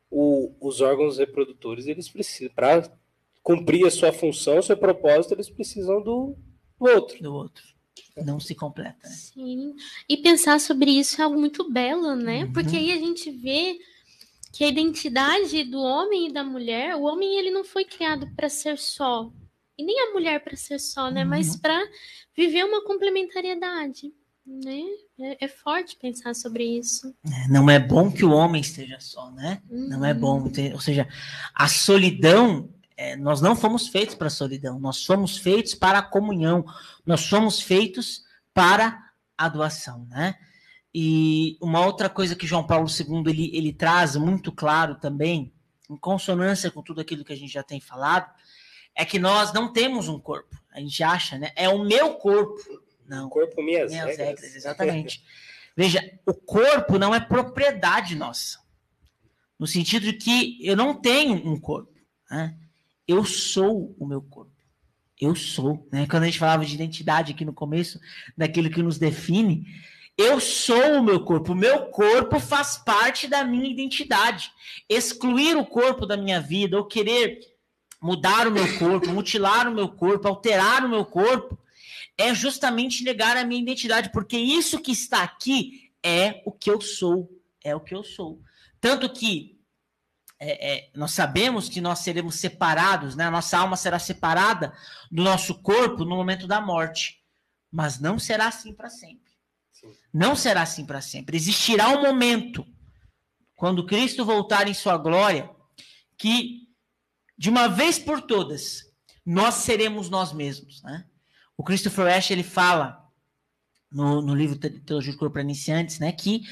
[SPEAKER 2] os órgãos reprodutores, eles precisam, para cumprir a sua função, o seu propósito, eles precisam do outro.
[SPEAKER 1] Do outro. Não se completa. Né?
[SPEAKER 3] Sim. E pensar sobre isso é algo muito belo, né? Porque aí a gente vê que a identidade do homem e da mulher, o homem ele não foi criado para ser só, e nem a mulher para ser só, né? Mas para viver uma complementariedade, né? É forte pensar sobre isso.
[SPEAKER 1] Não é bom que o homem esteja só, né? Não é bom. Ou seja, a solidão, nós não fomos feitos para a solidão, nós fomos feitos para a comunhão, nós fomos feitos para a doação, né? E uma outra coisa que João Paulo II ele traz muito claro também, em consonância com tudo aquilo que a gente já tem falado, é que nós não temos um corpo. A gente acha, né? É o meu corpo. Não.
[SPEAKER 2] Corpo, minhas regras.
[SPEAKER 1] Exatamente. Veja, o corpo não é propriedade nossa. No sentido de que eu não tenho um corpo. Né? Eu sou o meu corpo. Eu sou. Né? Quando a gente falava de identidade aqui no começo, daquilo que nos define, eu sou o meu corpo. O meu corpo faz parte da minha identidade. Excluir o corpo da minha vida, ou querer mudar o meu corpo, mutilar o meu corpo, alterar o meu corpo, é justamente negar a minha identidade, porque isso que está aqui é o que eu sou. É o que eu sou. Tanto que nós sabemos que nós seremos separados, né? A nossa alma será separada do nosso corpo no momento da morte. Mas não será assim para sempre. Sim. Não será assim para sempre. Existirá um momento, quando Cristo voltar em sua glória, que, de uma vez por todas, nós seremos nós mesmos, né? O Christopher Ash, ele fala no livro Teologia do Corpo para Iniciantes, né, que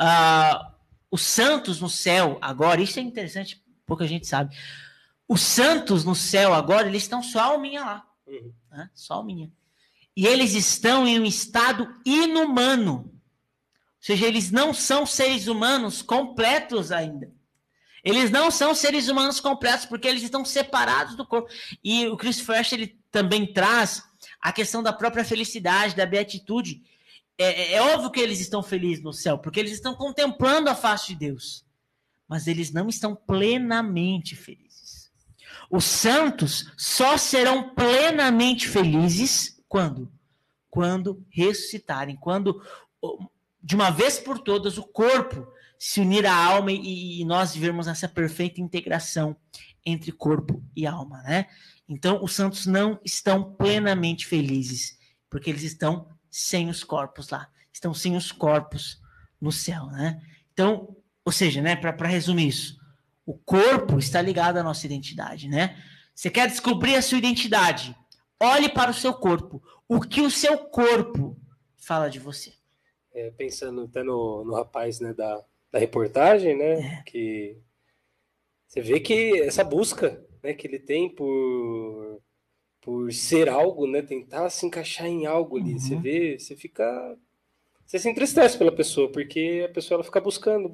[SPEAKER 1] os santos no céu agora, isso é interessante, pouca gente sabe, os santos no céu agora, eles estão só alminha lá, né, só alminha. E eles estão em um estado inumano, ou seja, eles não são seres humanos completos ainda. Eles não são seres humanos completos, porque eles estão separados do corpo. E o Christopher Ash, ele também traz a questão da própria felicidade, da beatitude. É óbvio que eles estão felizes no céu, porque eles estão contemplando a face de Deus. Mas eles não estão plenamente felizes. Os santos só serão plenamente felizes quando? Quando ressuscitarem. Quando, de uma vez por todas, o corpo se unir à alma e nós vivermos essa perfeita integração entre corpo e alma, né? Então, os santos não estão plenamente felizes, porque eles estão sem os corpos lá, estão sem os corpos no céu, né? Então, ou seja, né, para resumir isso, o corpo está ligado à nossa identidade, né? Você quer descobrir a sua identidade? Olhe para o seu corpo. O que o seu corpo fala de você?
[SPEAKER 2] Pensando até no rapaz, né, da reportagem, né, que você vê que essa busca, né, que ele tem por ser algo, né, tentar se encaixar em algo ali, você vê, você se entristece pela pessoa, porque a pessoa ela fica buscando,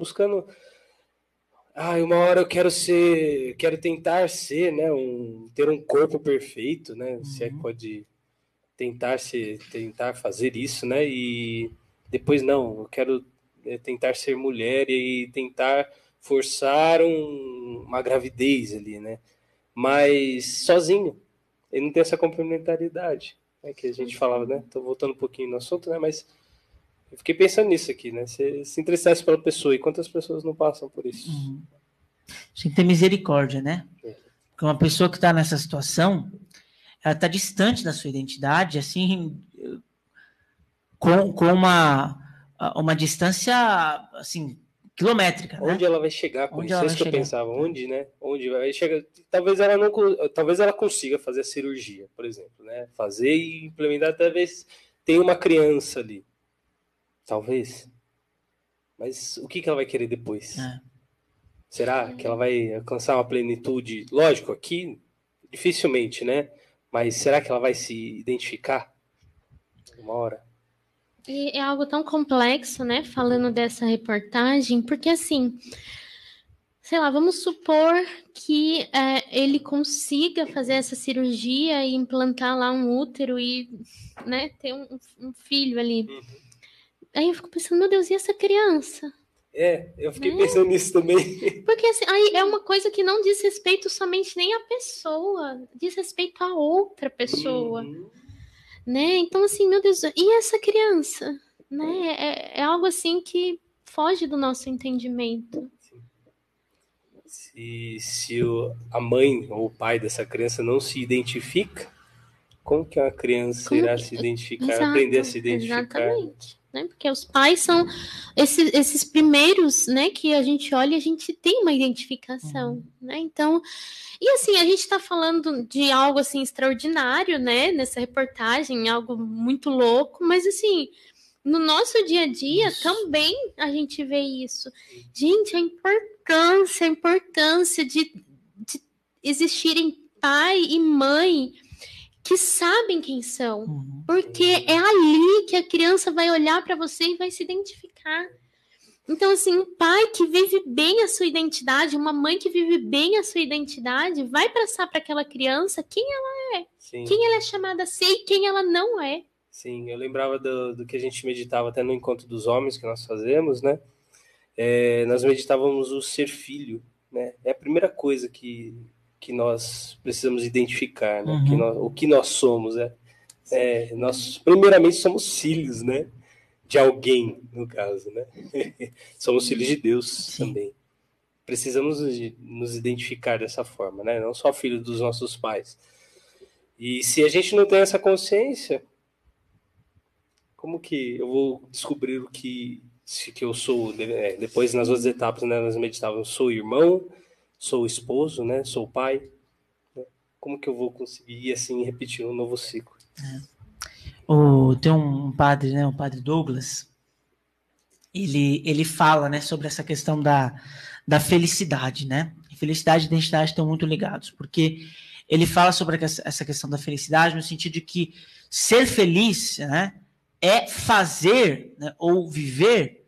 [SPEAKER 2] uma hora eu quero tentar ser, né, ter um corpo perfeito, né, se é que pode tentar fazer isso, né? E depois não, eu quero tentar ser mulher e tentar forçar uma gravidez ali, né? Mas sozinho, ele não tem essa complementaridade, né, que a gente falava, né? Tô voltando um pouquinho no assunto, né? Mas eu fiquei pensando nisso aqui, né? Você se interessasse pela pessoa, e quantas pessoas não passam por isso?
[SPEAKER 1] Tem que ter misericórdia, né? Porque uma pessoa que está nessa situação, ela está distante da sua identidade, assim, com uma distância, assim, quilométrica.
[SPEAKER 2] Onde, né? Ela vai chegar com isso? É isso que eu pensava. Onde, né? Onde vai chegar? Talvez ela consiga fazer a cirurgia, por exemplo, né? Fazer e implementar, talvez tenha uma criança ali. Talvez. Mas o que ela vai querer depois? Será que ela vai alcançar uma plenitude? Lógico, aqui dificilmente, né? Mas será que ela vai se identificar uma hora?
[SPEAKER 3] E é algo tão complexo, né? Falando dessa reportagem, porque assim, sei lá, vamos supor que ele consiga fazer essa cirurgia e implantar lá um útero e, né, ter um filho ali. Aí eu fico pensando, meu Deus, e essa criança?
[SPEAKER 2] Eu fiquei pensando nisso também.
[SPEAKER 3] Porque assim, aí é uma coisa que não diz respeito somente nem à pessoa, diz respeito a outra pessoa. Né? Então, assim, meu Deus, e essa criança? Né? É algo assim que foge do nosso entendimento.
[SPEAKER 2] Se a mãe ou o pai dessa criança não se identifica, como que a criança irá se identificar,
[SPEAKER 3] Exato,
[SPEAKER 2] aprender a se identificar?
[SPEAKER 3] Exatamente. Né? Porque os pais são esses primeiros, né, que a gente olha e a gente tem uma identificação, né? Então, e assim, a gente está falando de algo assim extraordinário, né, nessa reportagem, algo muito louco, mas assim, no nosso dia a dia também a gente vê isso. Gente, a importância de existirem pai e mãe que sabem quem são, porque é ali que a criança vai olhar para você e vai se identificar. Então, assim, um pai que vive bem a sua identidade, uma mãe que vive bem a sua identidade, vai passar para aquela criança quem ela é, quem ela é chamada a ser e quem ela não é.
[SPEAKER 2] Sim, eu lembrava do que a gente meditava até no Encontro dos Homens que nós fazemos, né? Nós meditávamos o ser filho, né? É a primeira coisa que nós precisamos identificar, né? O que nós somos, nós primeiramente somos filhos, né? De alguém, no caso, né? Somos filhos de Deus também. Precisamos nos identificar dessa forma, né? Não só filhos dos nossos pais. E se a gente não tem essa consciência, como que eu vou descobrir o que eu sou? Depois, nas outras etapas, né, nós meditávamos, sou irmão, sou esposo, né? Sou pai. Como que eu vou conseguir, assim, repetir um novo ciclo?
[SPEAKER 1] Tem um padre, né? O padre Douglas. Ele fala, né, sobre essa questão da felicidade, né? Felicidade e identidade estão muito ligados, porque ele fala sobre essa questão da felicidade no sentido de que ser feliz, né, é fazer, né, ou viver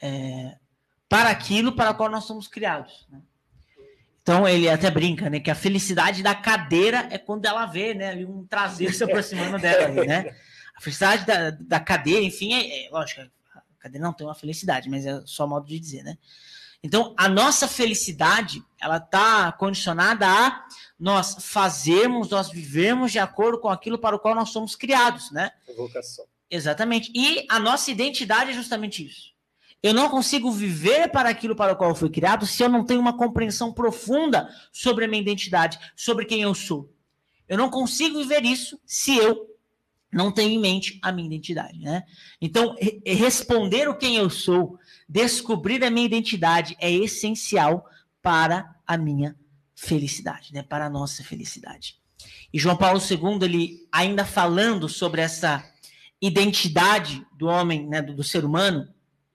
[SPEAKER 1] para aquilo para o qual nós somos criados, né? Então, ele até brinca, né, que a felicidade da cadeira é quando ela vê, né, um traseiro se aproximando dela, né? A felicidade da cadeira, enfim, lógico, a cadeira não tem uma felicidade, mas é só modo de dizer, né? Então, a nossa felicidade, ela está condicionada a nós fazermos, nós vivermos de acordo com aquilo para o qual nós somos criados, né?
[SPEAKER 2] Vocação.
[SPEAKER 1] Exatamente. E a nossa identidade é justamente isso. Eu não consigo viver para aquilo para o qual eu fui criado se eu não tenho uma compreensão profunda sobre a minha identidade, sobre quem eu sou. Eu não consigo viver isso se eu não tenho em mente a minha identidade, né? Então, responder o quem eu sou, descobrir a minha identidade é essencial para a minha felicidade, né? Para a nossa felicidade. E João Paulo II, ele ainda falando sobre essa identidade do homem, né, do ser humano,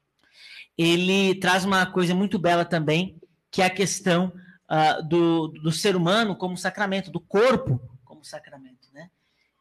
[SPEAKER 1] ele traz uma coisa muito bela também, que é a questão do ser humano como sacramento, do corpo como sacramento, né?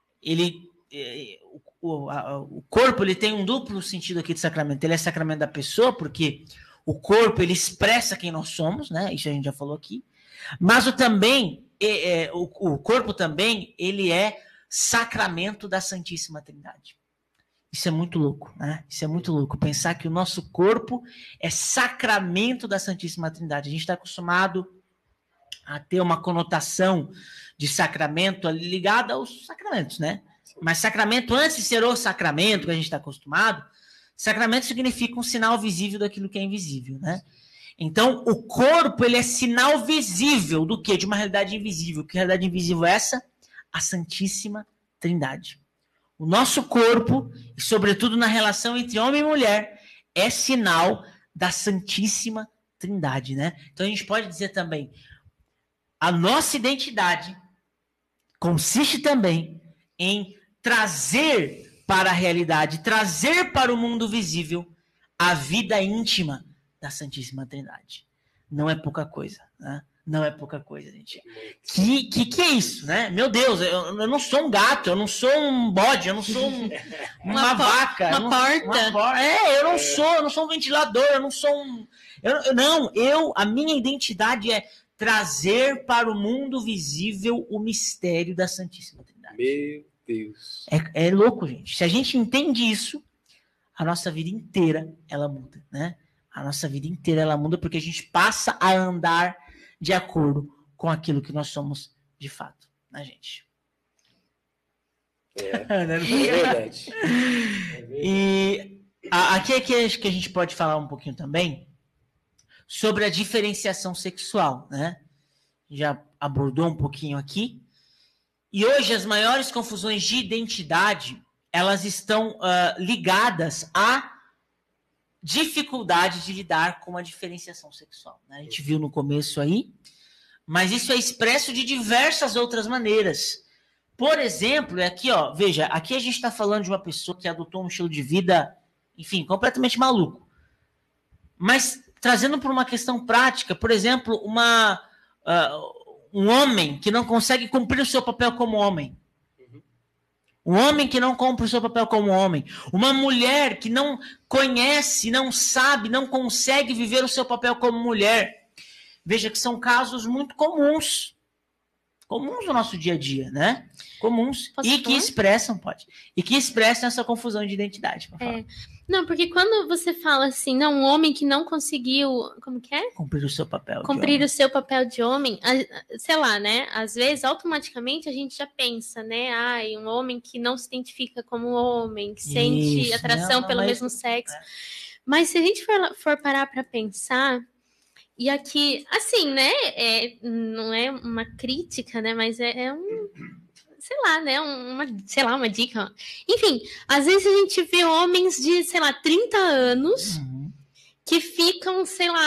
[SPEAKER 1] O corpo, ele tem um duplo sentido aqui de sacramento. Ele é sacramento da pessoa, porque o corpo, ele expressa quem nós somos, né? Isso a gente já falou aqui. Mas o corpo também, ele é sacramento da Santíssima Trindade. Isso é muito louco, né? Isso é muito louco. Pensar que o nosso corpo é sacramento da Santíssima Trindade. A gente está acostumado a ter uma conotação de sacramento ligada aos sacramentos, né? Mas sacramento, antes de ser o sacramento que a gente está acostumado, sacramento significa um sinal visível daquilo que é invisível, né? Então, o corpo, ele é sinal visível do quê? De uma realidade invisível. Que realidade invisível é essa? A Santíssima Trindade. O nosso corpo, e sobretudo na relação entre homem e mulher, é sinal da Santíssima Trindade, né? Então a gente pode dizer também, a nossa identidade consiste também em trazer para a realidade, trazer para o mundo visível a vida íntima da Santíssima Trindade. Não é pouca coisa, né? Não é pouca coisa, gente. Que é isso, né? Meu Deus, eu não sou um gato, eu não sou um bode, eu não sou uma vaca.
[SPEAKER 3] Uma porta.
[SPEAKER 1] Eu não sou um ventilador, eu não sou um... a minha identidade é trazer para o mundo visível o mistério da Santíssima Trindade.
[SPEAKER 2] Meu Deus.
[SPEAKER 1] É louco, gente. Se a gente entende isso, a nossa vida inteira, ela muda, né? A nossa vida inteira, ela muda porque a gente passa a andar de acordo com aquilo que nós somos de fato, né, gente?
[SPEAKER 2] É verdade.
[SPEAKER 1] E aqui acho que a gente pode falar um pouquinho também sobre a diferenciação sexual, né? Já abordou um pouquinho aqui. E hoje as maiores confusões de identidade, elas estão ligadas à dificuldade de lidar com a diferenciação sexual, né? A gente viu no começo aí, mas isso é expresso de diversas outras maneiras. Por exemplo, aqui, ó, veja, aqui a gente está falando de uma pessoa que adotou um estilo de vida, enfim, completamente maluco. Mas trazendo para uma questão prática, por exemplo, um homem que não consegue cumprir o seu papel como homem. Um homem que não cumpre o seu papel como homem. Uma mulher que não conhece, não sabe, não consegue viver o seu papel como mulher. Veja que são casos muito comuns. Comuns no nosso dia a dia, né? Comuns. Que expressam essa confusão de identidade.
[SPEAKER 3] Não, porque quando você fala assim, não, um homem que não conseguiu, como que é?
[SPEAKER 1] Cumprir o seu papel
[SPEAKER 3] de homem, sei lá, né? Às vezes, automaticamente, a gente já pensa, né? Um homem que não se identifica como homem, que sente atração pelo mesmo sexo. Mas se a gente for parar para pensar, e aqui, assim, né? Não é uma crítica, né? Mas é um... sei lá, né, uma dica. Enfim, às vezes a gente vê homens de, 30 anos que ficam,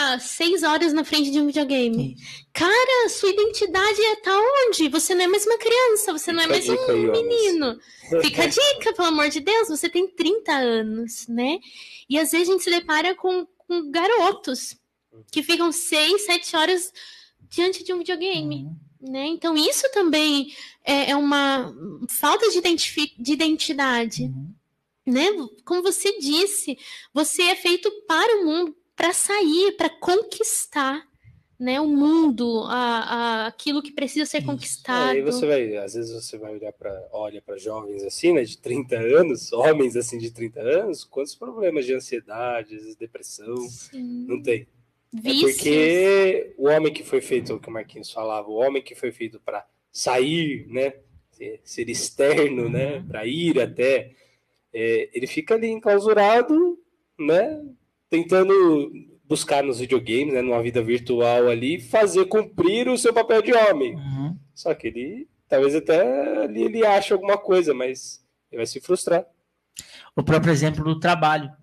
[SPEAKER 3] 6 horas na frente de um videogame. Cara, sua identidade tá onde? Você não é mais uma criança, você não é mais um menino. Fica a dica, pelo amor de Deus, você tem 30 anos, né? E às vezes a gente se depara com garotos que ficam 6, 7 horas diante de um videogame. Né? Então, isso também é uma falta de identidade. Né? Como você disse, você é feito para o mundo, para sair, para conquistar, né, o mundo, aquilo que precisa ser conquistado.
[SPEAKER 2] Aí às vezes você vai olha para jovens assim, né, de 30 anos, homens assim de 30 anos, quantos problemas de ansiedade, depressão, não tem.
[SPEAKER 3] Vícios.
[SPEAKER 2] É porque o homem que foi feito, o que o Marquinhos falava, o homem que foi feito para sair, né, ser externo, né, para ir até, ele fica ali enclausurado, né, tentando buscar nos videogames, né, numa vida virtual ali, fazer cumprir o seu papel de homem. Só que ele, talvez até ali ele ache alguma coisa, mas ele vai se frustrar.
[SPEAKER 1] O próprio exemplo do trabalho.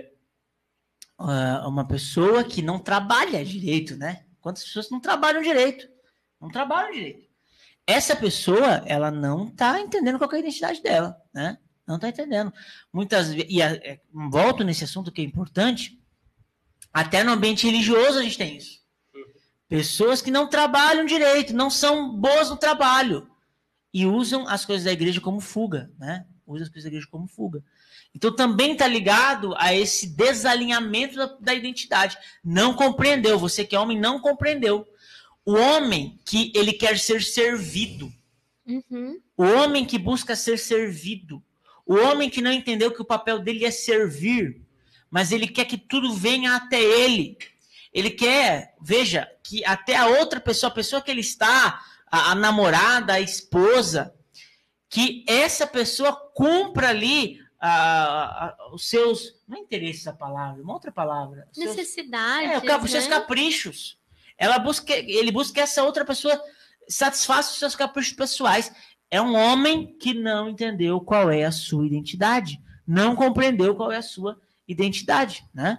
[SPEAKER 1] Uma pessoa que não trabalha direito, né? Quantas pessoas não trabalham direito? Não trabalham direito. Essa pessoa, ela não está entendendo qual é a identidade dela, né? Não está entendendo. Muitas vezes, volto nesse assunto que é importante, até no ambiente religioso a gente tem isso. Pessoas que não trabalham direito, não são boas no trabalho e usam as coisas da igreja como fuga, né? Usam as coisas da igreja como fuga. Então também está ligado a esse desalinhamento da identidade. Não compreendeu. Você que é homem não compreendeu. O homem que ele quer ser servido. O homem que busca ser servido. O homem que não entendeu que o papel dele é servir, mas ele quer que tudo venha até ele. Ele quer, veja, que até a outra pessoa, a pessoa que ele está, a namorada, a esposa, que essa pessoa cumpra ali os seus, não é interesse a palavra, uma outra palavra.
[SPEAKER 3] Necessidades,
[SPEAKER 1] os seus caprichos. Ele busca que essa outra pessoa satisfaça os seus caprichos pessoais. É um homem que não entendeu qual é a sua identidade, não compreendeu qual é a sua identidade, né?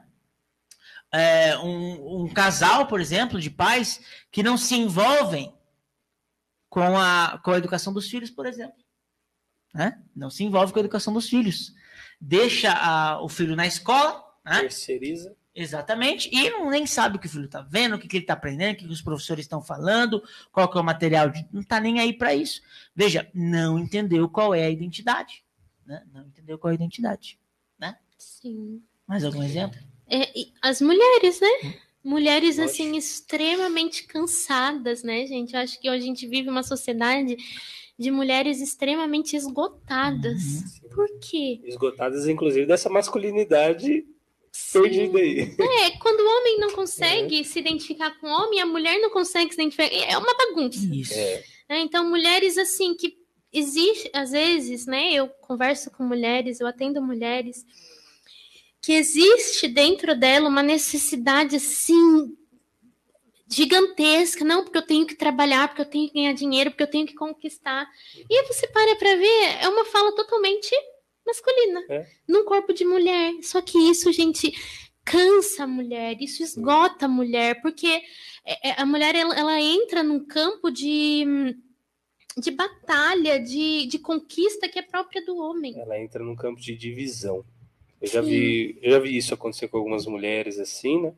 [SPEAKER 1] Um casal, por exemplo, de pais que não se envolvem com a educação dos filhos, por exemplo. Né? Não se envolve com a educação dos filhos. Deixa o filho na escola. Né?
[SPEAKER 2] Terceiriza.
[SPEAKER 1] Exatamente. E nem sabe o que o filho está vendo, o que ele está aprendendo, o que os professores estão falando, qual que é o material. Não está nem aí para isso. Veja, não entendeu qual é a identidade. Né? Não entendeu qual é a identidade. Né?
[SPEAKER 3] Sim.
[SPEAKER 1] Mais algum exemplo?
[SPEAKER 3] As mulheres, né? Mulheres, assim, extremamente cansadas, né, gente? Eu acho que hoje a gente vive uma sociedade de mulheres extremamente esgotadas. Por quê?
[SPEAKER 2] Esgotadas, inclusive, dessa masculinidade perdida aí.
[SPEAKER 3] Quando o homem não consegue se identificar com o homem, a mulher não consegue se identificar. É uma bagunça.
[SPEAKER 1] Isso.
[SPEAKER 3] Então, mulheres, assim, que existe, às vezes, né? Eu converso com mulheres, eu atendo mulheres, que existe dentro dela uma necessidade, assim, gigantesca. Não, porque eu tenho que trabalhar, porque eu tenho que ganhar dinheiro, porque eu tenho que conquistar. E aí você para ver, é uma fala totalmente masculina, num corpo de mulher. Só que isso, gente, cansa a mulher, isso esgota a mulher, porque a mulher, ela entra num campo de batalha, de conquista que é própria do homem.
[SPEAKER 2] Ela entra num campo de divisão. Eu já vi isso acontecer com algumas mulheres assim, né?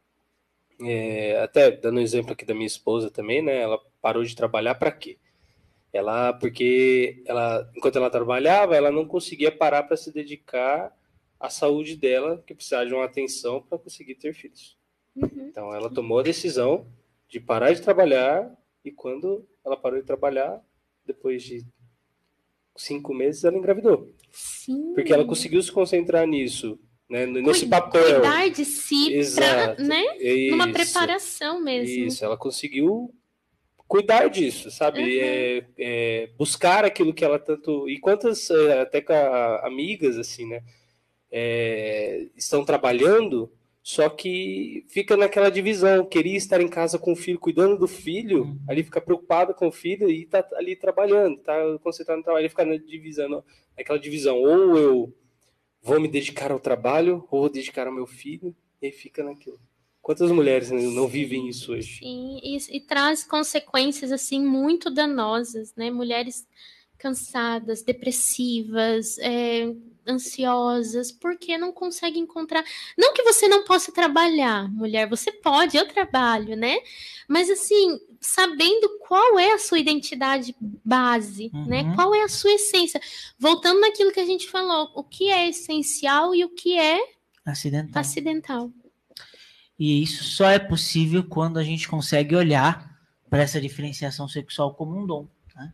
[SPEAKER 2] Até dando um exemplo aqui da minha esposa também, né? Ela parou de trabalhar para quê? Porque enquanto ela trabalhava, ela não conseguia parar para se dedicar à saúde dela, que precisava de uma atenção para conseguir ter filhos. Então, ela tomou a decisão de parar de trabalhar, e quando ela parou de trabalhar, depois de 5 meses, ela engravidou.
[SPEAKER 3] Sim.
[SPEAKER 2] Porque ela conseguiu se concentrar nisso, né? Nesse papel.
[SPEAKER 3] Cuidar de si,
[SPEAKER 2] Exato.
[SPEAKER 3] Né? Numa preparação mesmo.
[SPEAKER 2] Isso, ela conseguiu cuidar disso, sabe? Buscar aquilo que ela tanto... E quantas, até com amigas, assim, né? Estão trabalhando, só que fica naquela divisão. Queria estar em casa com o filho, cuidando do filho, ali fica preocupada com o filho e tá ali trabalhando, tá concentrado no trabalho, ele fica naquela divisão. Ou eu vou me dedicar ao trabalho, ou vou dedicar ao meu filho, e aí fica naquilo. Quantas mulheres não vivem isso hoje?
[SPEAKER 3] Sim, e traz consequências, assim, muito danosas, né? Mulheres cansadas, depressivas, ansiosas, porque não conseguem encontrar... Não que você não possa trabalhar, mulher, você pode, eu trabalho, né? Mas, assim, sabendo qual é a sua identidade base, né? Qual é a sua essência. Voltando naquilo que a gente falou, o que é essencial e o que é acidental.
[SPEAKER 1] E isso só é possível quando a gente consegue olhar para essa diferenciação sexual como um dom. Né?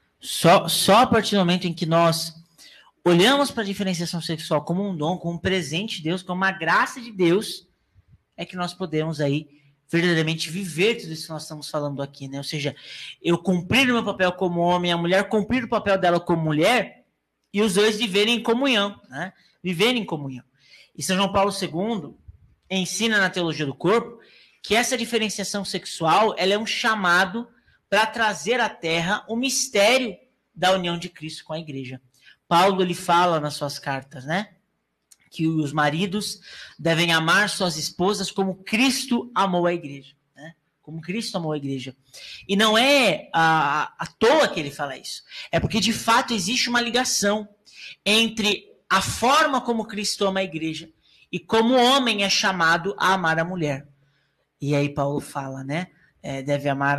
[SPEAKER 1] Só a partir do momento em que nós olhamos para a diferenciação sexual como um dom, como um presente de Deus, como uma graça de Deus, é que nós podemos aí verdadeiramente viver tudo isso que nós estamos falando aqui. Né? Ou seja, eu cumprir o meu papel como homem, a mulher cumprir o papel dela como mulher, e os dois viverem em comunhão. Né? Viverem em comunhão. E São João Paulo II ensina na teologia do corpo que essa diferenciação sexual ela é um chamado para trazer à terra o mistério da união de Cristo com a igreja. Paulo ele fala nas suas cartas, né, que os maridos devem amar suas esposas como Cristo amou a igreja, né? Como Cristo amou a igreja. E não é à toa que ele fala isso. É porque de fato existe uma ligação entre a forma como Cristo ama a igreja e como o homem é chamado a amar a mulher. E aí Paulo fala, né? Deve amar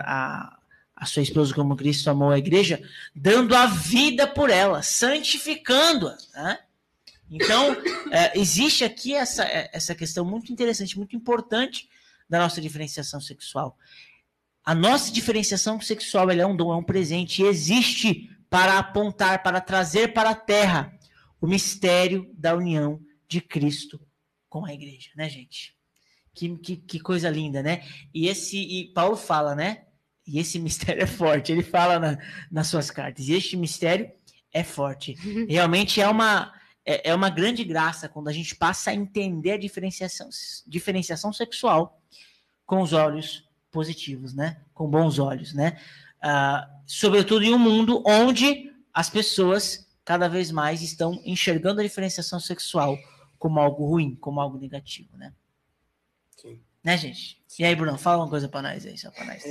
[SPEAKER 1] a sua esposa como Cristo amou a igreja, dando a vida por ela, santificando-a. Né? Então, existe aqui essa questão muito interessante, muito importante da nossa diferenciação sexual. A nossa diferenciação sexual ela é um dom, é um presente, e existe para apontar, para trazer para a terra o mistério da união de Cristo com a igreja, né, gente? Que coisa linda, né? E Paulo fala, né? E esse mistério é forte. Ele fala nas suas cartas. E este mistério é forte. Realmente é uma grande graça quando a gente passa a entender a diferenciação sexual com os olhos positivos, né? Com bons olhos, né? Sobretudo em um mundo onde as pessoas cada vez mais estão enxergando a diferenciação sexual como algo ruim, como algo negativo, né?
[SPEAKER 2] Sim.
[SPEAKER 1] Né, gente? E aí, Bruno, fala uma coisa pra nós aí, só pra nós.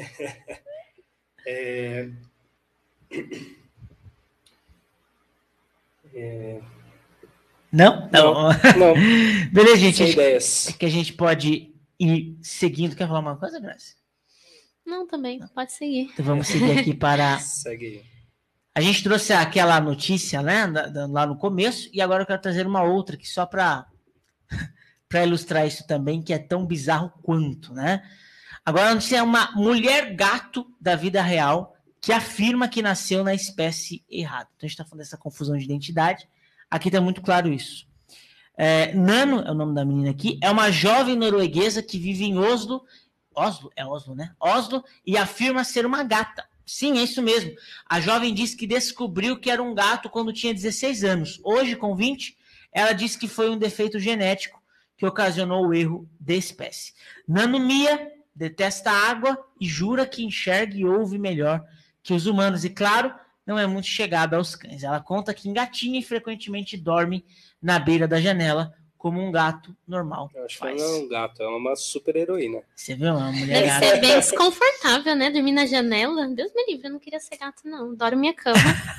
[SPEAKER 1] Não?
[SPEAKER 2] Não.
[SPEAKER 1] Beleza, gente.
[SPEAKER 2] Sem ideias.
[SPEAKER 1] É que a gente pode ir seguindo. Quer falar uma coisa, Graça?
[SPEAKER 3] Não, também. Não. Pode seguir.
[SPEAKER 1] Então vamos seguir aqui para...
[SPEAKER 2] Segue aí.
[SPEAKER 1] A gente trouxe aquela notícia, né, lá no começo, e agora eu quero trazer uma outra aqui só para ilustrar isso também, que é tão bizarro quanto, né? Agora, a notícia é uma mulher gato da vida real que afirma que nasceu na espécie errada. Então, a gente está falando dessa confusão de identidade. Aqui está muito claro isso. Nano, é o nome da menina aqui, é uma jovem norueguesa que vive em Oslo. Oslo? É Oslo, né? Oslo, e afirma ser uma gata. Sim, é isso mesmo. A jovem disse que descobriu que era um gato quando tinha 16 anos. Hoje, com 20, ela disse que foi um defeito genético que ocasionou o erro de espécie. Nano Mia detesta água e jura que enxerga e ouve melhor que os humanos. E, claro, não é muito chegada aos cães. Ela conta que engatinha e frequentemente dorme na beira da janela, como um gato normal.
[SPEAKER 2] Eu acho que ela não é um gato, ela é uma super heroína.
[SPEAKER 1] Você viu? Uma mulher
[SPEAKER 3] gata. Deve ser bem desconfortável, né? Dormir na janela. Deus me livre, eu não queria ser gato, não. Adoro minha cama.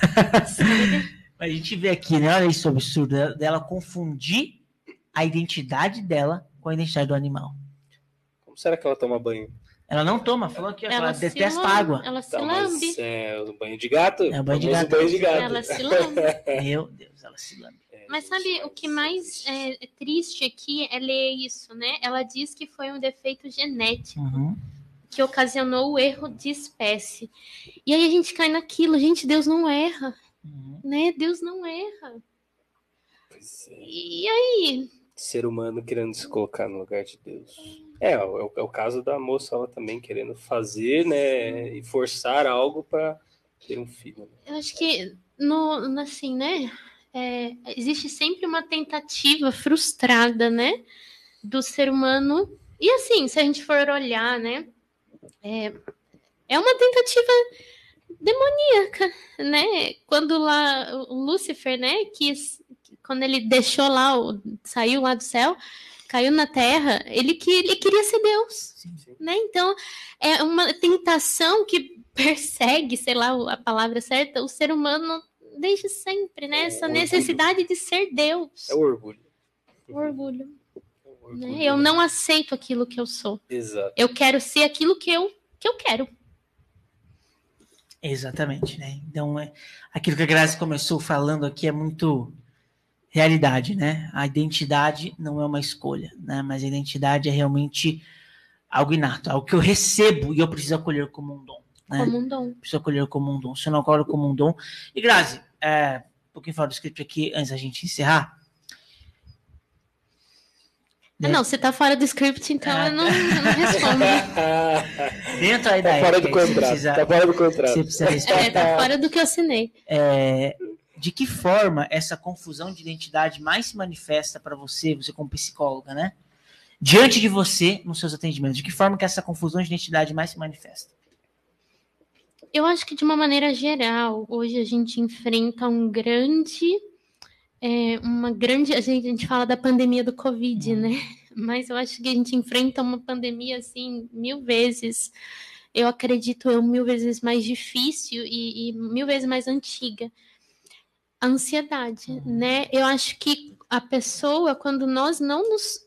[SPEAKER 1] A gente vê aqui, né? Olha isso, o absurdo dela confundir a identidade dela com a identidade do animal.
[SPEAKER 2] Como será que ela toma banho?
[SPEAKER 1] Ela não toma, falou aqui, ela detesta água.
[SPEAKER 3] Ela se lambe.
[SPEAKER 2] Mas é o banho de gato?
[SPEAKER 1] É o banho de gato.
[SPEAKER 2] Banho de gato.
[SPEAKER 3] Ela se lambe.
[SPEAKER 1] Meu Deus, ela se lambe.
[SPEAKER 3] Mas sabe, o que mais é triste aqui é ler isso, né? Ela diz que foi um defeito genético que ocasionou o erro de espécie. E aí a gente cai naquilo, gente, Deus não erra, né? Deus não erra.
[SPEAKER 2] Pois é.
[SPEAKER 3] E aí?
[SPEAKER 2] Ser humano querendo se colocar no lugar de Deus. É o caso da moça, ela também querendo fazer, né? E forçar algo para ter um filho.
[SPEAKER 3] Eu acho que, assim, né? Existe sempre uma tentativa frustrada, né, do ser humano. E assim, se a gente for olhar, né, é uma tentativa demoníaca, né? Quando lá o Lúcifer, né, quando ele deixou lá, saiu lá do céu, caiu na terra, ele queria ser Deus, sim. Né? Então é uma tentação que persegue, sei lá a palavra certa, o ser humano desde sempre, né? Essa necessidade de ser Deus.
[SPEAKER 2] É o orgulho.
[SPEAKER 3] O orgulho. Né? Eu não aceito aquilo que eu sou.
[SPEAKER 2] Exato.
[SPEAKER 3] Eu quero ser aquilo que eu quero.
[SPEAKER 1] Exatamente, né? Então, aquilo que a Grazi começou falando aqui é muito realidade, né? A identidade não é uma escolha, né? Mas a identidade é realmente algo inato, algo que eu recebo e eu preciso acolher como um dom. Né?
[SPEAKER 3] Como um dom.
[SPEAKER 1] Preciso acolher como um dom. Se eu não acolho como um dom... E, Grazi, um pouquinho fora do script aqui, antes da gente encerrar.
[SPEAKER 3] Não, você tá fora do script, então eu não respondo.
[SPEAKER 1] Dentro aí da
[SPEAKER 2] fora do contrato. Tá fora do contrato.
[SPEAKER 1] Você precisa respeitar.
[SPEAKER 3] Tá fora do que eu assinei.
[SPEAKER 1] De que forma essa confusão de identidade mais se manifesta para você como psicóloga, né? Diante de você, nos seus atendimentos, de que forma que essa confusão de identidade mais se manifesta?
[SPEAKER 3] Eu acho que de uma maneira geral, hoje a gente enfrenta a gente fala da pandemia do Covid, né? Mas eu acho que a gente enfrenta uma pandemia, assim, 1000 vezes, eu acredito, 1000 vezes mais difícil e 1000 vezes mais antiga. A ansiedade, né? Eu acho que a pessoa, quando nós não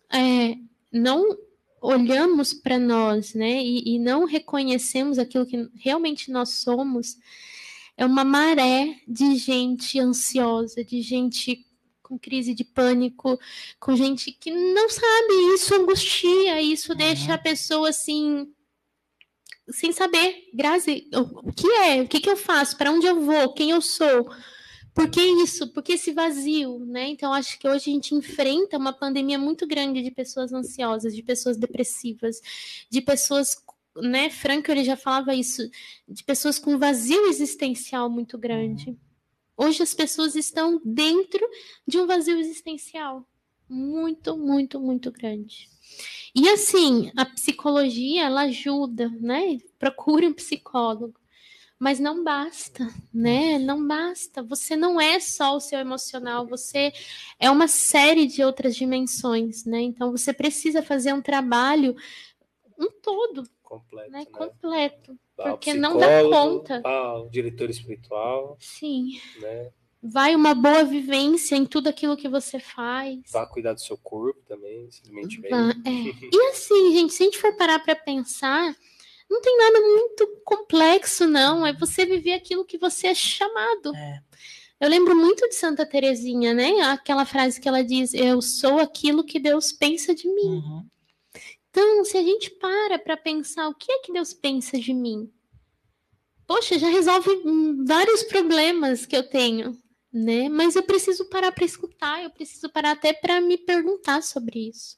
[SPEAKER 3] olhamos para nós, né, e não reconhecemos aquilo que realmente nós somos, é uma maré de gente ansiosa, de gente com crise de pânico, com gente que não sabe, isso angustia, isso deixa a pessoa assim sem saber, Grazi, o que é? O que eu faço? Para onde eu vou? Quem eu sou? Por que isso? Por que esse vazio, né? Então, acho que hoje a gente enfrenta uma pandemia muito grande de pessoas ansiosas, de pessoas depressivas, de pessoas, né? Franco, ele já falava isso, de pessoas com vazio existencial muito grande. Hoje as pessoas estão dentro de um vazio existencial muito, muito, muito grande. E assim, a psicologia, ela ajuda, né? Procure um psicólogo. Mas não basta, né? Não basta. Você não é só o seu emocional, você é uma série de outras dimensões, né? Então você precisa fazer um trabalho, um todo,
[SPEAKER 2] completo,
[SPEAKER 3] né?
[SPEAKER 2] Né?
[SPEAKER 3] Completo. Porque
[SPEAKER 2] não
[SPEAKER 3] dá conta.
[SPEAKER 2] O diretor espiritual.
[SPEAKER 3] Sim.
[SPEAKER 2] Né?
[SPEAKER 3] Vai uma boa vivência em tudo aquilo que você faz.
[SPEAKER 2] Vá cuidar do seu corpo também, se alimente bem.
[SPEAKER 3] E assim, gente, se a gente for parar para pensar, não tem nada muito complexo, não. É você viver aquilo que você é chamado. Eu lembro muito de Santa Teresinha, né? Aquela frase que ela diz, eu sou aquilo que Deus pensa de mim. Então, se a gente para pensar o que é que Deus pensa de mim, poxa, já resolve vários problemas que eu tenho, né? Mas eu preciso parar para escutar, eu preciso parar até para me perguntar sobre isso.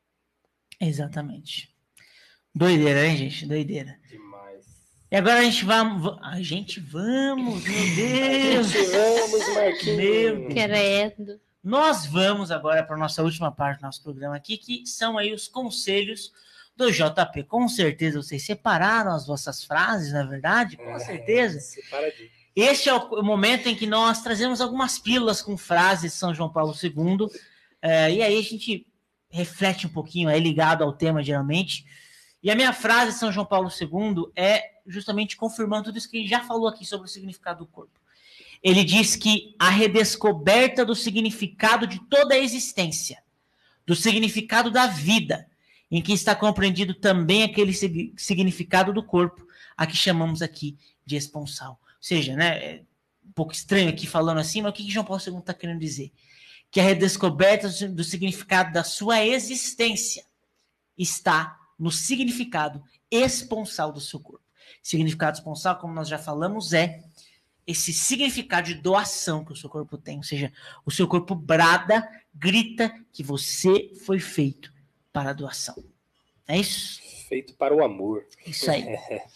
[SPEAKER 1] Exatamente. Doideira, hein, gente? Doideira.
[SPEAKER 2] Demais.
[SPEAKER 1] E agora a gente vamos, meu Deus.
[SPEAKER 2] Vamos, Marquinhos.
[SPEAKER 1] Meu Deus.
[SPEAKER 3] Credo.
[SPEAKER 1] Nós vamos agora para a nossa última parte do nosso programa aqui, que são aí os conselhos do JP. Com certeza vocês separaram as vossas frases, não é verdade? Com certeza.
[SPEAKER 2] Separadinho.
[SPEAKER 1] Este é o momento em que nós trazemos algumas pílulas com frases de São João Paulo II. E aí a gente reflete um pouquinho, aí ligado ao tema geralmente. E a minha frase de São João Paulo II é justamente confirmando tudo isso que a gente já falou aqui sobre o significado do corpo. Ele diz que a redescoberta do significado de toda a existência, do significado da vida, em que está compreendido também aquele significado do corpo, a que chamamos aqui de esponsal. Ou seja, né, é um pouco estranho aqui falando assim, mas o que João Paulo II está querendo dizer? Que a redescoberta do significado da sua existência está no significado esponsal do seu corpo. Significado esponsal, como nós já falamos, é esse significado de doação que o seu corpo tem. Ou seja, o seu corpo brada, grita que você foi feito para a doação. É isso?
[SPEAKER 2] Feito para o amor.
[SPEAKER 1] Isso aí.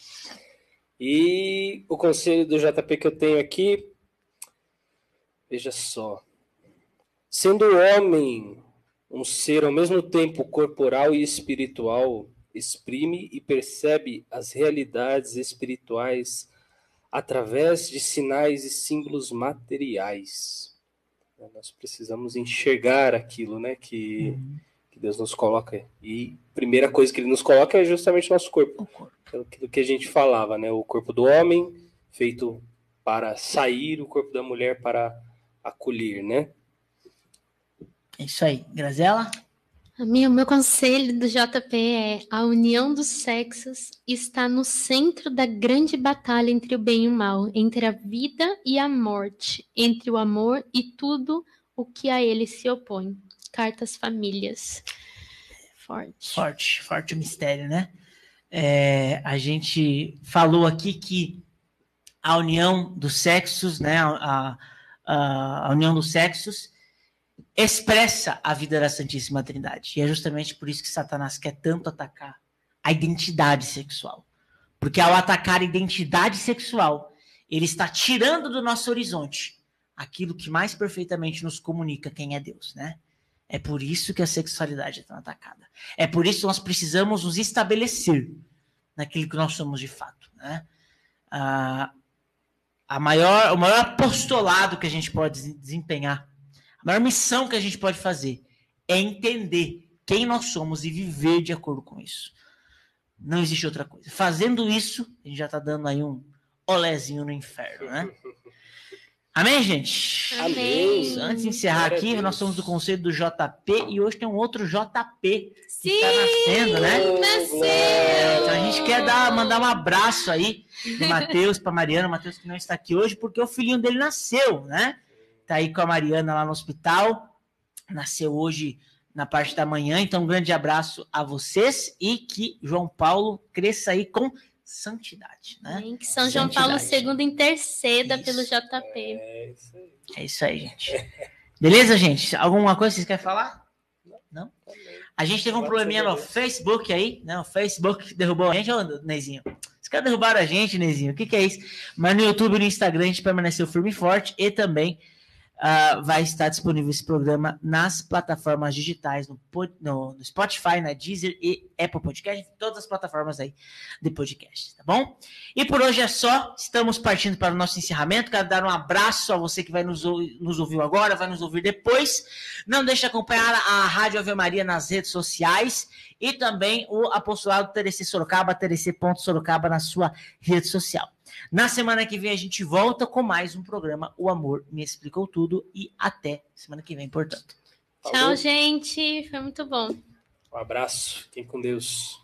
[SPEAKER 2] E o conselho do JP que eu tenho aqui, veja só. Sendo o homem um ser ao mesmo tempo corporal e espiritual, exprime e percebe as realidades espirituais através de sinais e símbolos materiais. Nós precisamos enxergar aquilo, né, que Deus nos coloca. E a primeira coisa que ele nos coloca é justamente o nosso corpo. Aquilo que a gente falava, né? O corpo do homem feito para sair, o corpo da mulher para acolher, né?
[SPEAKER 1] É isso aí. Graziela?
[SPEAKER 3] O meu conselho do JP é: a união dos sexos está no centro da grande batalha entre o bem e o mal, entre a vida e a morte, entre o amor e tudo o que a ele se opõe. Cartas Famílias.
[SPEAKER 1] Forte o mistério, né? A gente falou aqui que a união dos sexos, né? A união dos sexos expressa a vida da Santíssima Trindade. E é justamente por isso que Satanás quer tanto atacar a identidade sexual. Porque ao atacar a identidade sexual, ele está tirando do nosso horizonte aquilo que mais perfeitamente nos comunica quem é Deus, né? É por isso que a sexualidade é tão atacada. É por isso que nós precisamos nos estabelecer naquilo que nós somos de fato, né? O maior apostolado que a gente pode desempenhar, a maior missão que a gente pode fazer é entender quem nós somos e viver de acordo com isso. Não existe outra coisa. Fazendo isso, a gente já está dando aí um olézinho no inferno, né? Amém, gente?
[SPEAKER 3] Amém.
[SPEAKER 1] Antes de encerrar aqui, nós somos do Conselho do JP e hoje tem um outro JP
[SPEAKER 3] Sim,
[SPEAKER 1] que está nascendo, né?
[SPEAKER 3] Nasceu!
[SPEAKER 1] Então a gente quer mandar um abraço aí pro Matheus, para Mariana, o Matheus que não está aqui hoje, porque o filhinho dele nasceu, né? Tá aí com a Mariana lá no hospital, nasceu hoje na parte da manhã, então um grande abraço a vocês e que João Paulo cresça aí com santidade, né?
[SPEAKER 3] Que São João Paulo II interceda pelo JP.
[SPEAKER 1] É isso aí, gente. Beleza, gente? Alguma coisa que vocês querem falar? Não? A gente teve um probleminha no Facebook aí, né? O Facebook derrubou a gente, ô, Neizinho. Os caras derrubaram a gente, Neizinho. O que é isso? Mas no YouTube e no Instagram a gente permaneceu firme e forte e também vai estar disponível esse programa nas plataformas digitais, no Spotify, na Deezer e Apple Podcast, todas as plataformas aí de podcast, tá bom? E por hoje é só, estamos partindo para o nosso encerramento. Quero dar um abraço a você que vai nos ouviu agora, vai nos ouvir depois. Não deixe de acompanhar a Rádio Ave Maria nas redes sociais e também o Apostolado Terecê Sorocaba, Terecê.Sorocaba na sua rede social. Na semana que vem a gente volta com mais um programa O Amor Me Explicou Tudo e até semana que vem, portanto.
[SPEAKER 3] Tchau, gente. Foi muito bom.
[SPEAKER 2] Um abraço. Fiquem com Deus.